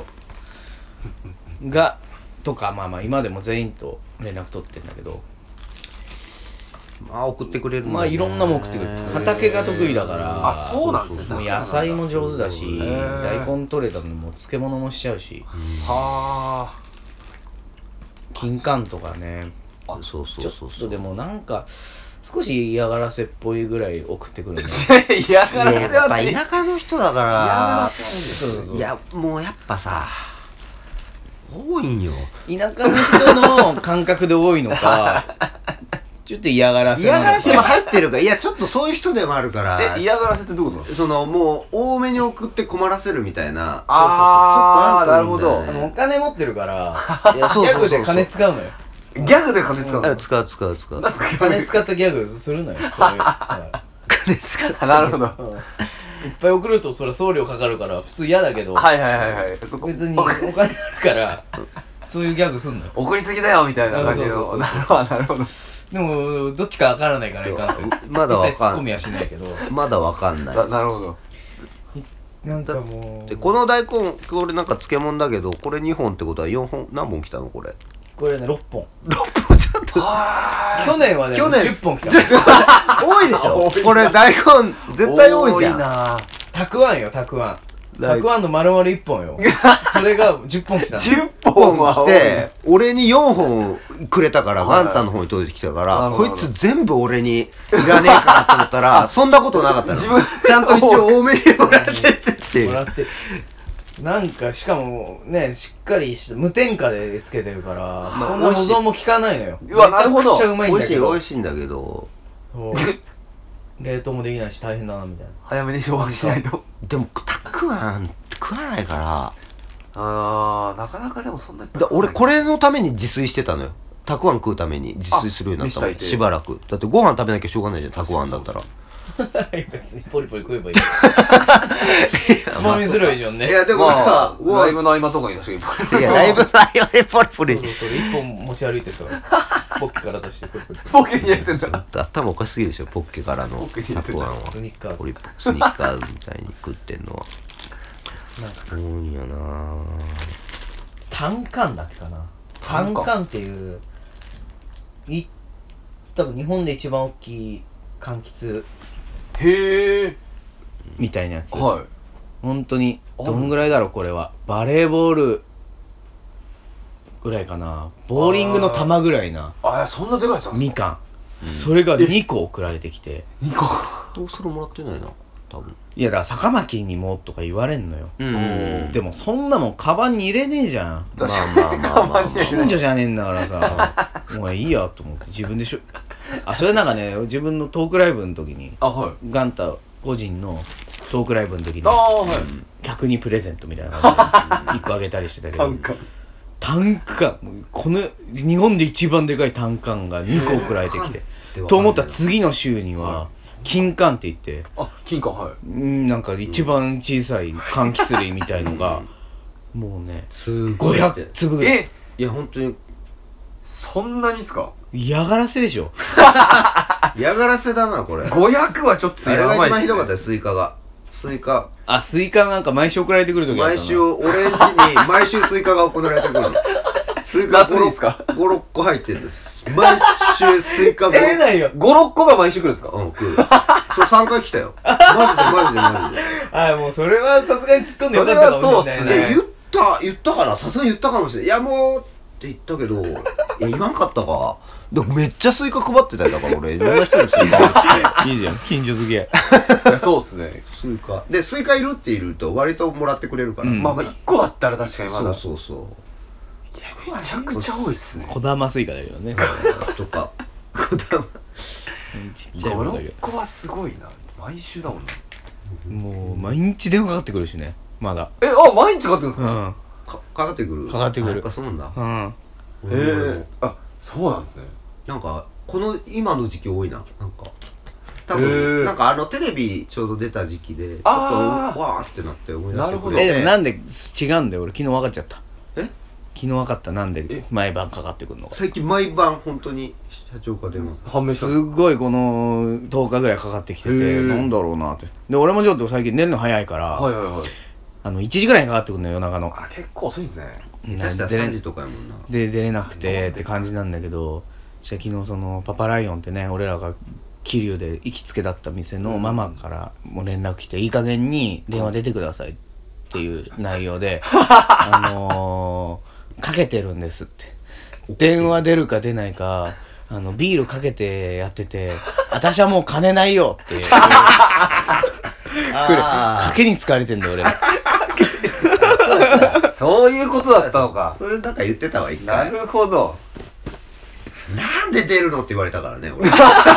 がとかまあまあ今でも全員と連絡取ってんだけど、 まあ送ってくれるまあいろんなもん送ってくれる。畑が得意だから、 あそうなんですね、 もう野菜も上手だし大根取れたのにもう漬物もしちゃうし、 はあ金柑とかね、 あそうそうそうそう、 ちょっとでもなんか少し嫌がらせっぽいぐらい送ってくるね嫌がらせやっぱ田舎の人だから嫌がらせなんですよ。 そうそういやもうやっぱさ多いんよ。 田舎の人の感覚で多いのかちょっと嫌がらせなのか。 嫌がらせも入ってるからいやちょっとそういう人でもあるからえ嫌がらせってどういうこと？ そのもう多めに送って困らせるみたいな、 あーちょっとあると思うんだよね。 あのお金持ってるからいやそうギャグそうそうそうで金使うのよ。 ギャグで金使うの？ 使う使う使うなんすか金使ったギャグするのよ。そういう金使うあなるほど。 うんいっぱい送るとそれは送料かかるから普通嫌だけど、 はいはいはいはい。そこ別にお金あるからそういうギャグすんのよ。 送りすぎだよみたいな感じの。 そうそうそうそうなるほどなるほど。 でもどっちかわからないからいかんせん。 まだわ一切ツッかんコミはしないけど。 まだわかんない。 ななるほど。 なんかもうでこの大根これなんか漬物だけどこれにほんってことはよんほん何本来たのこれ？ これねろっぽん。 ろっぽんちょっと去年はね去年じゅっぽん来た。 多いでしょこれ大根絶対多いじゃん。 なたくあんよたくあん。たくあんの丸々いっぽんよ。それがじゅっぽん来たの。 じゅっぽんは来て俺によんほんくれたからはいガンタの方に届いてきたからなるほどこいつ全部俺にいらねえかなと思ったらそんなことなかったの。 自分ちゃんと一応多めにもらってってっていうもらってなんかしかもねしっかりし無添加でつけてるから、 まあそんな保存も効かないのよ。 うわなるほどめちゃくちゃうまいん美味しい美だけど味しいんだけどそう冷凍もできないし大変だなみたいな。 早めに消化しないと。 でもたくあん食わないからあーなかなかでもそんなだ俺これのために自炊してたのよ。たくあん食うために自炊するようになったのあ飯炊いてしばらくだってご飯食べなきゃしょうがないじゃんたくあんだったら。 別にポリポリ食えばいい。つまみする以上ね。 いやでもまなんかあライブの合間とかに出していっぱいいやライブの合間でポリポリそうそうそう一本持ち歩いてさポッケから出してポリポリポケに入れてんだ。 頭おかしすぎるでしょポッケからのポッケに入れてんだたくあんはスニッカーズポリポスニッカーズみたいに食ってんのはなんか多いんやな。 タンカンだっけかな。タタンカンンカンっていうい多分日本で一番大きい柑橘へえ。 みたいなやつ。 はい。 本当にどんぐらいだろうこれは。バレーボールぐらいかな。ボーリングの球ぐらいなあそんなでかいやつなんですか？ みかん、それがにこ送られてきて、 にこ。 それもらってないな多分。 いやだから坂巻にもとか言われんのよ。 うんでもそんなもんカバンに入れねえじゃん。 まあまあまあまあ近所じゃねえんだからさもういいやと思って自分でしょ。あそれなんかね自分のトークライブの時にあはい。 ガンタ個人のトークライブの時にああはい。 客にプレゼントみたいな感じでいっこあげたりしてたけどなんか単価この日本で一番でかい単価がにこ送られてきてと思ったら次の週には金柑って言ってあ金柑はい。 うんなんか一番小さい柑橘類みたいのがもうねすごいごひゃくつぶぐらい。 えいや本当にそんなにっすか？ 嫌がらせでしょ。 嫌がらせだなこれ。 ごひゃくはちょっとあれが一やばいっすね。 番ひどかったよスイカが。スイカあスイカなんか毎週送られてくる時あったな。 毎週俺ん家に毎週スイカが送られてくるの。スイカ夏にっすか？ ご、ろっこ入ってるんです。毎週スイカご、 えないよ。 ご、ろっこが毎週来るんですか？ うん、来る。そうさんかい来たよ。マジでマジでマジで。 あもうそれはさすがに突っ込んでよかったかもしれないそれはそうっすねえ言った言ったかなさすがに言ったかもしれない。いやもうって言ったけどいや言わんかったか。でもめっちゃスイカ配ってたよだから俺いろんな人にスイカ配っていいじゃん近所付き合い。 いやそうっすね。 スイカでスイカいるっていると割ともらってくれるから、 うんまあまあいっこだったら確かにまだ。 そうそうそうめちゃくちゃ多いっすね。 小玉スイカだけどね。 とかこだまちっちゃいもご、ろっのだけどこはすごいな。毎週だもんな。 もう毎日電話かかってくるしね。 まだ。 え、あ、毎日かかってるんですか？ うんかかかってくるかかってくるあやっぱそうなんだうんえー、あ、そうなんですね。 なんかこの今の時期多いななんか多へ分ーなんかあのテレビちょうど出た時期でちょっとあーわーってなって思い出しなるほどてくれてえでもなんで違うんだよ俺昨日分かっちゃったえ昨日分かったなんでえ毎晩かかってくるのか最近毎晩本当に社長から電話判明したすっごいこのとおかぐらいかかってきててへーなんだろうなってで俺もちょっと最近寝るの早いから、 はいはいはい。 あのいちじぐらいにかかってくるのよ夜中のあ、結構遅いんですね。 下手したら出れさんじとかやもんなで出れなくてって感じなんだけどじゃあ昨日そのパパライオンってね俺らが桐生で行きつけだった店のママからも連絡来ていい加減に電話出てくださいっていう内容であのー、かけてるんですって電話出るか出ないかあのビールかけてやってて私はもう金ないよっていうくれ賭けに使われてんだよ俺らそういうことだったのか。 それなんか言ってたわ一回なるほど。 なんで出るのって言われたからね俺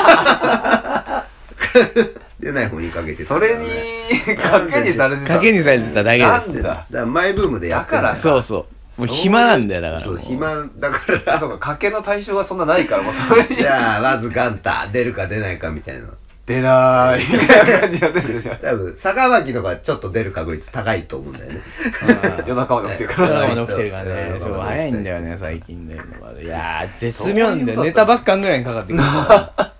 出ない方にかけてたそからねれに賭けにされてた。 賭けにされてただけですよなんだ。 だからマイブームでやってんだよだからそうそうもう暇なんだよだからそうもう暇だかあ、 らそうか、賭けの対象がそんなないからもうそれにじゃあまずガンタ出るか出ないかみたいな出なーいみたいな感じになってるじゃん。 多分坂巻のがちょっと出る確率高いと思うんだよね夜中まで起きてるか夜ら。 中まで起きてるからねうんそう早いんだよね最近ねいやー絶妙なんだよネタばっかんぐらいにかかってくるから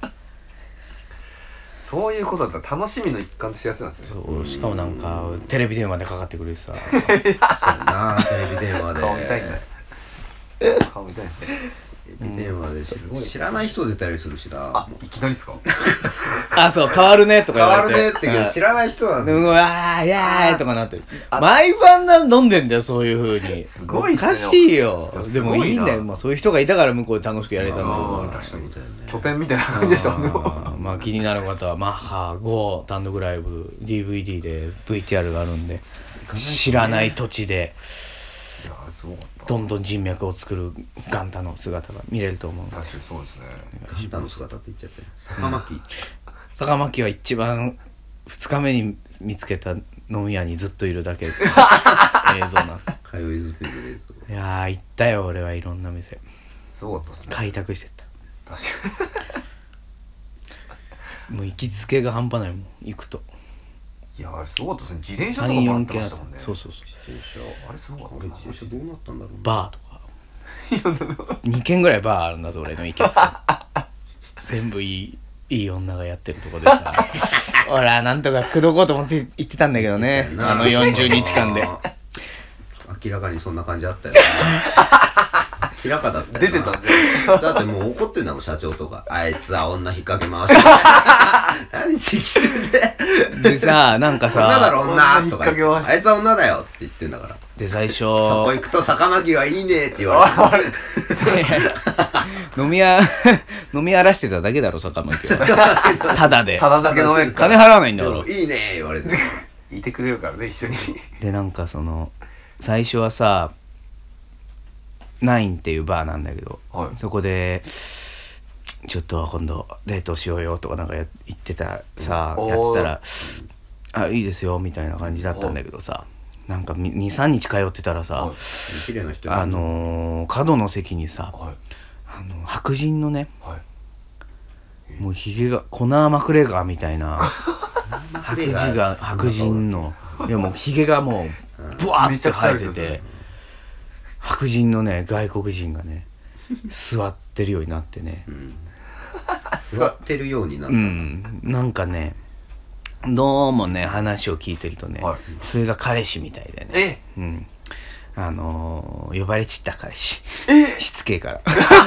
そういうことだったら楽しみの一環としてやってたんですね。 そうしかもなんかテレビ電話でかかってくるしさそうやなテレビ電話で顔見たいんだよ。顔見たいんだよ。 テレビ電話で知る知らない人出たりするしなあ、いきなりっすか？ あそう変わるねとか変言われてわるねって言うけど知らない人なんだでもうあーいやーとかなってる毎晩な飲んでんだよそういう風にすごいっすねおかしいよいやすでごいなもいいんだよまあそういう人がいたから向こうで楽しくやれたんだけあどーそうだよね拠点みたいな感じでしたもんね。 あーまあ気になる方はマッハご単独ライブ ディーブイディー で ブイティーアール があるんで知らない土地でいやーすごかった。 どんどん人脈を作るガンタの姿が見れると思う確かにそうですね。 ガンタの姿って言っちゃって坂巻坂巻は一番ふつかめに見つけた飲み屋にずっといるだけ映像な通いずくでいやー行ったよ俺はいろんな店すごかったですね。 開拓してった確かもう行きつけが半端ないもん行くとに。いや、あれすごかったですね。自転車とかさん、 もらっよんけんあったてましたもんね。 そうそうそう自転車あれすごかったな。 俺自転車どうなったんだろうバーとかにけんぐらいバーあるんだぞ俺の行きつけ全部いいいい女がやってるとこでさ俺はなんとか口説こうと思って行ってたんだけどねあのよんじゅうにちかんで明らかにそんな感じあったよ明らかだったよな出てたんですよ。 だってもう怒ってんだもん社長とかあいつは女引っ掛け回して何適正ででさなんか女ださろ女とか言って引っ掛け回してあいつは女だよって言ってんだからで最初そこ行くと坂巻はいいねって言われて飲み屋飲み荒らしてただけだろ坂巻はただでただ酒飲めるから。 金払わないんだからいいね言われていてくれるからね、一緒に。 でなんかその最初はさナインっていうバーなんだけど、 はい。 そこでちょっと今度デートしようよとかなんかや言ってたさ、 うんやってたらあいいですよみたいな感じだったんだけどさなんかにさんにち通ってたらさ、 はい綺麗な人あのー、角の席にさはい。 あの白人のねはい。 もうひげがコナー・マクレガーみたいな白人が白人のいやもうひげがもうブワーって生えてて白人のね外国人がね座ってるようになってねうん座ってるようになったうんなんかねどうもね話を聞いてるとね、 はいそれが彼氏みたいでねえうんあのー、呼ばれちった彼氏えしつけえから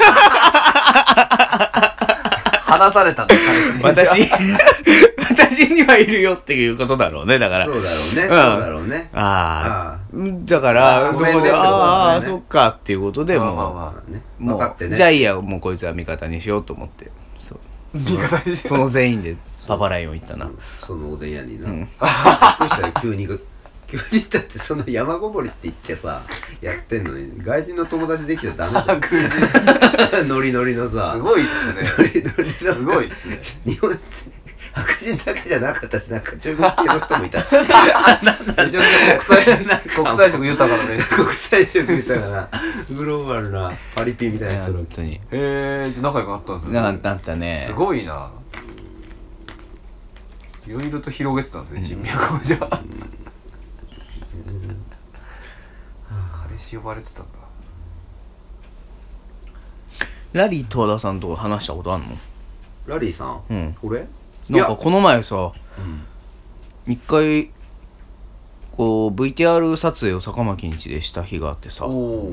話されたんだ、 私私にはいるよっていうことだろうねだからそうだろうねそうだろうねあああだからそこであごめんねってことだよねああそっかっていうことでまあもうまあまあねも分かってねうじゃあいいやもうこいつは味方にしようと思ってそうその味方にしようその全員でパパライオン行ったなそのおでん屋にな、 うんびっくりしたよ急に急にだってその山ごもりって言ってさやってんのに外人の友達できちゃダメじゃんノリノリのさすごいっすね。 ノリノリのすごいっすね。 日本白人だけじゃなかったし、なんか中国系の人もいたしめちゃめちゃ国際国際色豊かなね国際色豊かなグローバルなパリピみたいな人の本当にへえ仲良くなったんですねななったねすごいないろいろと広げてたんですね人脈をじゃあ彼氏呼ばれてたんだラリー戸田さんと話したことあんの？ ラリーさん、 うん、 俺なんかこの前さうん一回こう ブイティーアール 撮影を坂巻ん家でした日があってさ、 お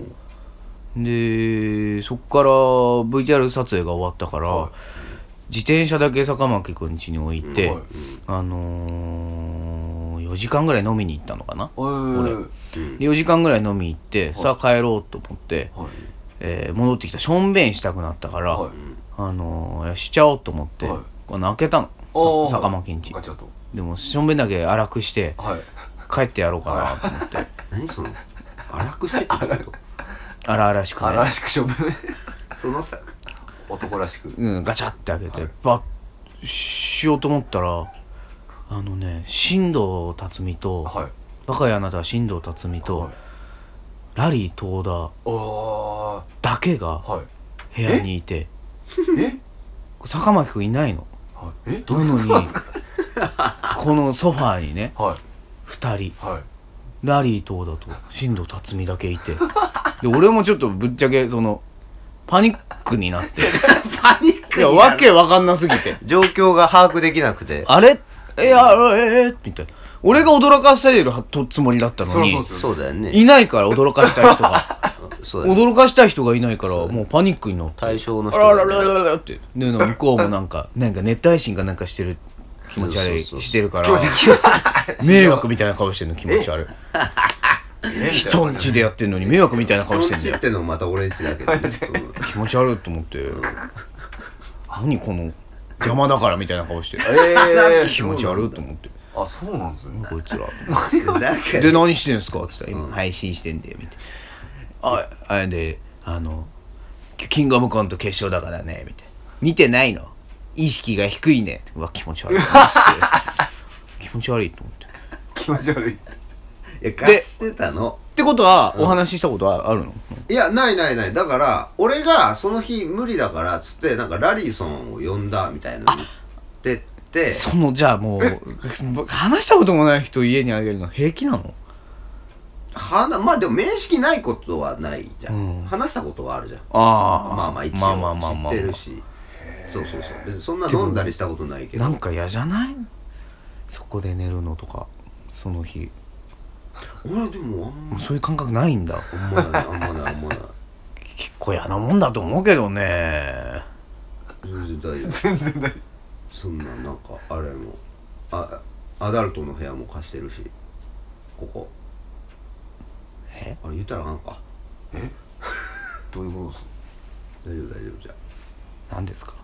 でそっから ブイティーアール 撮影が終わったから、 はい自転車だけ坂巻くん家に置いて、 はいあのー、よじかんぐらい飲みに行ったのかな。 俺でよじかんぐらい飲み行って、 はいさあ帰ろうと思って、 はいえー戻ってきた。しょんべんしたくなったから、 はいあのー、しちゃおうと思って、 はいこの開けたのおー坂巻ん家ガチャとでもしょんべんだけ荒くしてはい帰ってやろうかなと思って何その荒くしてってこと荒々しくね荒々しくしょぶそのさ男らしくうん、ガチャって開けて、 はいバッしようと思ったらあのね新藤辰巳と、 はいバカやあなたは新藤辰巳と、 はいラリー東田おーだけがはい部屋にいてえ坂巻くんいないの。 はいえなのにこのソファーにねはいふたりはいラリー東田と新藤辰巳だけいてで俺もちょっとぶっちゃけそのパニックになってパニックいやわけわかんなすぎて状況が把握できなくてあれえやええみたいな俺が驚かせるつもりだったのにそうそうそうだよねいないから驚かしたい人がそうだよね驚かしたい人がいないからそうだねもうパニックになって対象のあら人がねららららってで向こうもなんかなんかネット配信かなんかしてる気持ち悪いそうそうそうしてるから気持ち悪い迷惑みたいな顔してるの気持ち悪いえ人んちでやってんのに迷惑みたいな顔してんだよ人んちってのもまた俺んちだけどね気持ち悪いと思って何この邪魔だからみたいな顔してえー気持ち悪いと思ってあそうなんですねこいつらうんだからで何してんすかっつったらうん今配信してんだよみたいなああれであのキングオブコント決勝だからねみたいな見てないの意識が低いねうわ気持ち悪い気持ち悪いと思って気持ち悪いいや貸してたのってことは、 うんお話ししたことはあるの？ いやないないないだから俺がその日無理だからっつってなんかラリーソンを呼んだみたいなの言ってってそのじゃあもう話したこともない人家にあげるの平気なの？ はなまあでも面識ないことはないじゃん、 うん話したことはあるじゃんああまあまあ一まあまあまあ応知まあってるしそうそうそう別にそんな飲んだりしたことないけどなんか嫌じゃない？そこで寝るのとかその日俺でもあんまそういう感覚ないんだ。 あんまないあんまないあんまない結構嫌なもんだと思うけどね。 全然大丈夫全然ないそんななんかあれもあアダルトの部屋も貸してるしここえあれ言ったらあかんかえどういうことですか大丈夫大丈夫じゃ何ですか？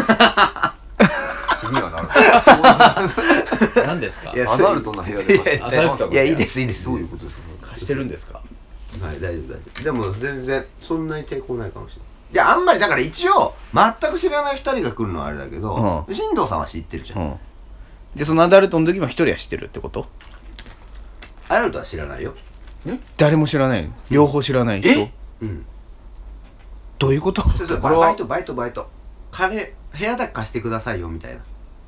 気にはなる何ですかいやアダルトな部屋で貸してアダルトいやいいですいいですどういうことですか貸してるんですか？ はい大丈夫大丈夫でも全然そんなに抵抗ないかもしれないいやあんまりだから一応全く知らないふたりが来るのはあれだけど、 うん進藤さんは知ってるじゃん、 うんでそのアダルトの時も一人は知ってるってこと？ アダルトは知らないよ誰も知らないの？両方知らない人？ えうんどういうこと？ そうそうこれはバイトバイトバイト金部屋だけ貸してくださいよみたいな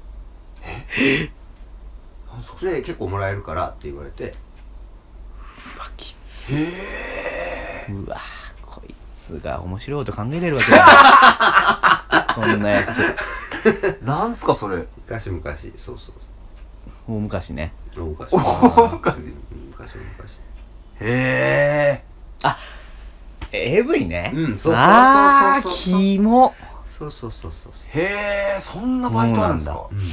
で結構もらえるからって言われてきつへえうわこいつが面白いこと考えれるわけだこんなやつなんすかそれ昔々そうそう大昔ね。 大昔大昔昔昔へえエーブイ ね。 うんそうそうそうそうああキモ。 そうそうそうそうそうへえそんなバイトあるんですかうん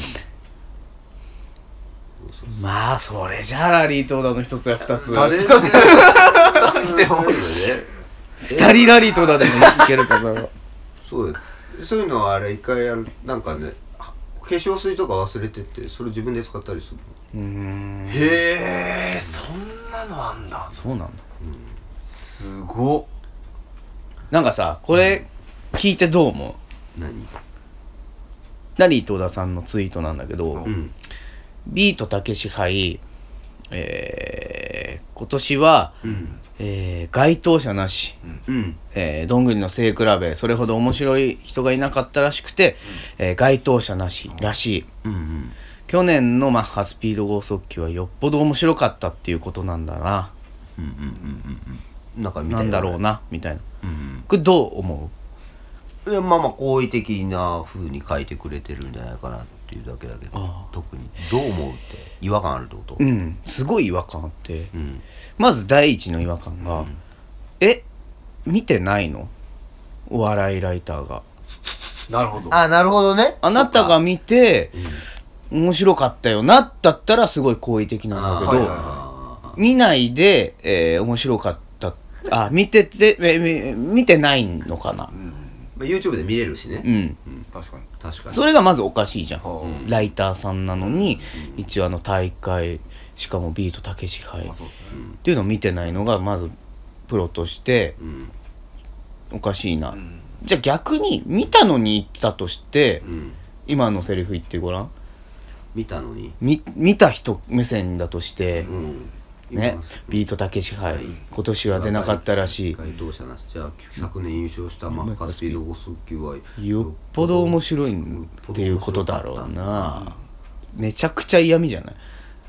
そうそうまあそれじゃあラリー東田の一つや二つそう確かに全然二人ラリー東田でもいけるかそれはそうよそういうのはあれ一回やるなんかね化粧水とか忘れてってそれ自分で使ったりするうーんへえそんなのあんだそうなんだ。 すごっなんかさこれ聞いてどう思何ラリー東田さんのツイートなんだけど、 うんうんビートたけし杯、えー、今年は、 うんえー、該当者なし、 うんえー、どんぐりの背比べそれほど面白い人がいなかったらしくて、えー、該当者なしらしい。 うんうん去年のマッハスピード剛速球はよっぽど面白かったっていうことなんだな、 うんうんうんうんなんか見たよなんだろうなみたいな。 うんこれどう思いやまあまあ好意的な風に書いてくれてるんじゃないかなっていうだけだけどああ特にどう思うって違和感あるってことう？うんすごい違和感あって、 うんまず第一の違和感が、 うんえ見てないのお笑いライターが。 なるほど。 あなるほどねあなたが見てうん面白かったよなだったらすごい好意的なんだけど、 はいはいあ見ないで、えー面白かったあ見ててえみ見てないのかな。 うんまあ YouTube で見れるしねうんうん確かに。 確かにそれがまずおかしいじゃん。 はうんライターさんなのに、 うん一応あの大会しかもビートたけし杯っあ、そうですね。 ていうのを見てないのがまずプロとしてうんおかしいな、 うんじゃあ逆に見たのに言ったとしてうん今のセリフ言ってごらん。 見たのにみ見た人目線だとして、 うんねビートたけし杯今年は出なかったらしい。 該当者なしじゃあ昨年優勝したマッハスピード剛速球はよっぽど面白いっていうことだろうな。めちゃくちゃ嫌味じゃない？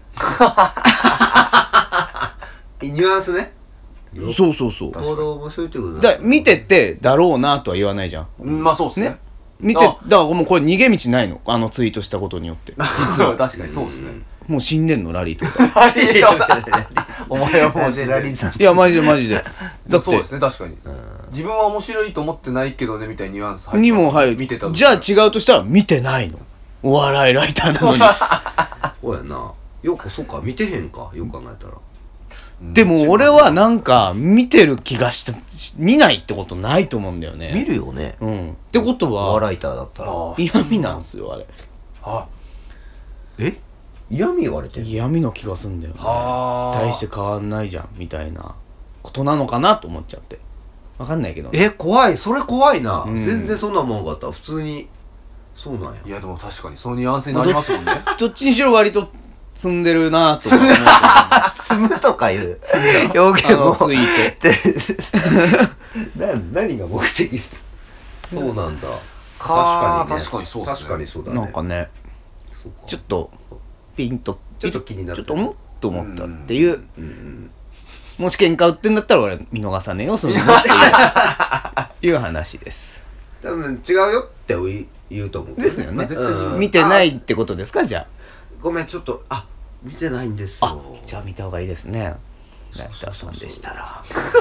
ニュアンスねそうそうそう。 行動面白いってことだから見ててだろうなとは言わないじゃん。 うんまあそうですねね。見てだあからもうこれ逃げ道ないのあのツイートしたことによって実は確かにそうですね。 もう死んでんのラリーとかお前はもうラリーさんいやマジでマジでだってそうですね確かに。自分は面白いと思ってないけどねみたいなニュアンス入にってますも入る見てたとじゃあ違うとしたら見てないのお笑いライターなのにそうやなよくそうか見てへんかよく考えたらうんでも俺はなんか見てる気がした見ないってことないと思うんだよね。 見るよねうんってことおは笑いターだったらあ嫌味なんですよあれ。 はえ嫌味言われてる嫌味の気がすんだよね。 はあ大して変わんないじゃんみたいなことなのかなと思っちゃってわかんないけどね。 え怖いそれ怖いな、 うん全然そんなもんかった普通にそうなんやいやでも確かにそのニュアンスになりますもんね。 どっちにしろ割と積んでるなとか思って住むとかいう表あのツイーな何が目的ですそうなんだ確はあかにね確かにそうですね確かにそうだトねなんかねそうかちょっとピンとちょっと気になったちょっと思っと思ったっていう、 うんうんもし喧嘩売ってんだったら俺見逃さねえよそんなのっていういう話です多分違うよって言う言うと思うですよね、 絶対にうん見てないってことですかじゃごめんちょっとあ見てないんですああよじゃあ見た方がいいですねそうライターさんでしたら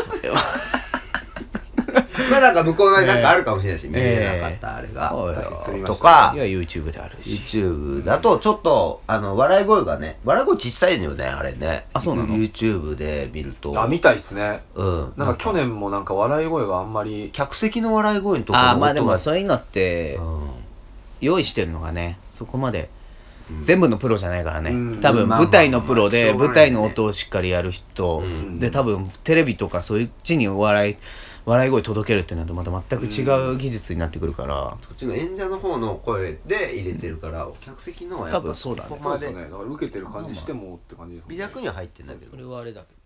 まあなんか向こうのなんかあるかもしれないし、見れなかったあれが、 おいおいとかいや YouTube であるし YouTube だとちょっとあの笑い声がね笑い声小さいのよねあれねあそうなの YouTube で見るとあ見たいっすね。 うんなんか去年もなんか笑い声があんまり客席の笑い声のところのああまあで音がもそういうのってうん用意してるのがねそこまでうん全部のプロじゃないからね、 うん多分まあまあまあ舞台のプロでしょうがないね舞台の音をしっかりやる人、 うんで多分テレビとかそっちにお笑い笑い声届けるってなるとまた全く違う技術になってくるから、 こっちの演者の方の声で入れてるから客席のはやっぱ多分そうだねここまでそうですよね。だから受けてる感じしてもって感じですもんね。 微弱には入ってんだけどそれはあれだけど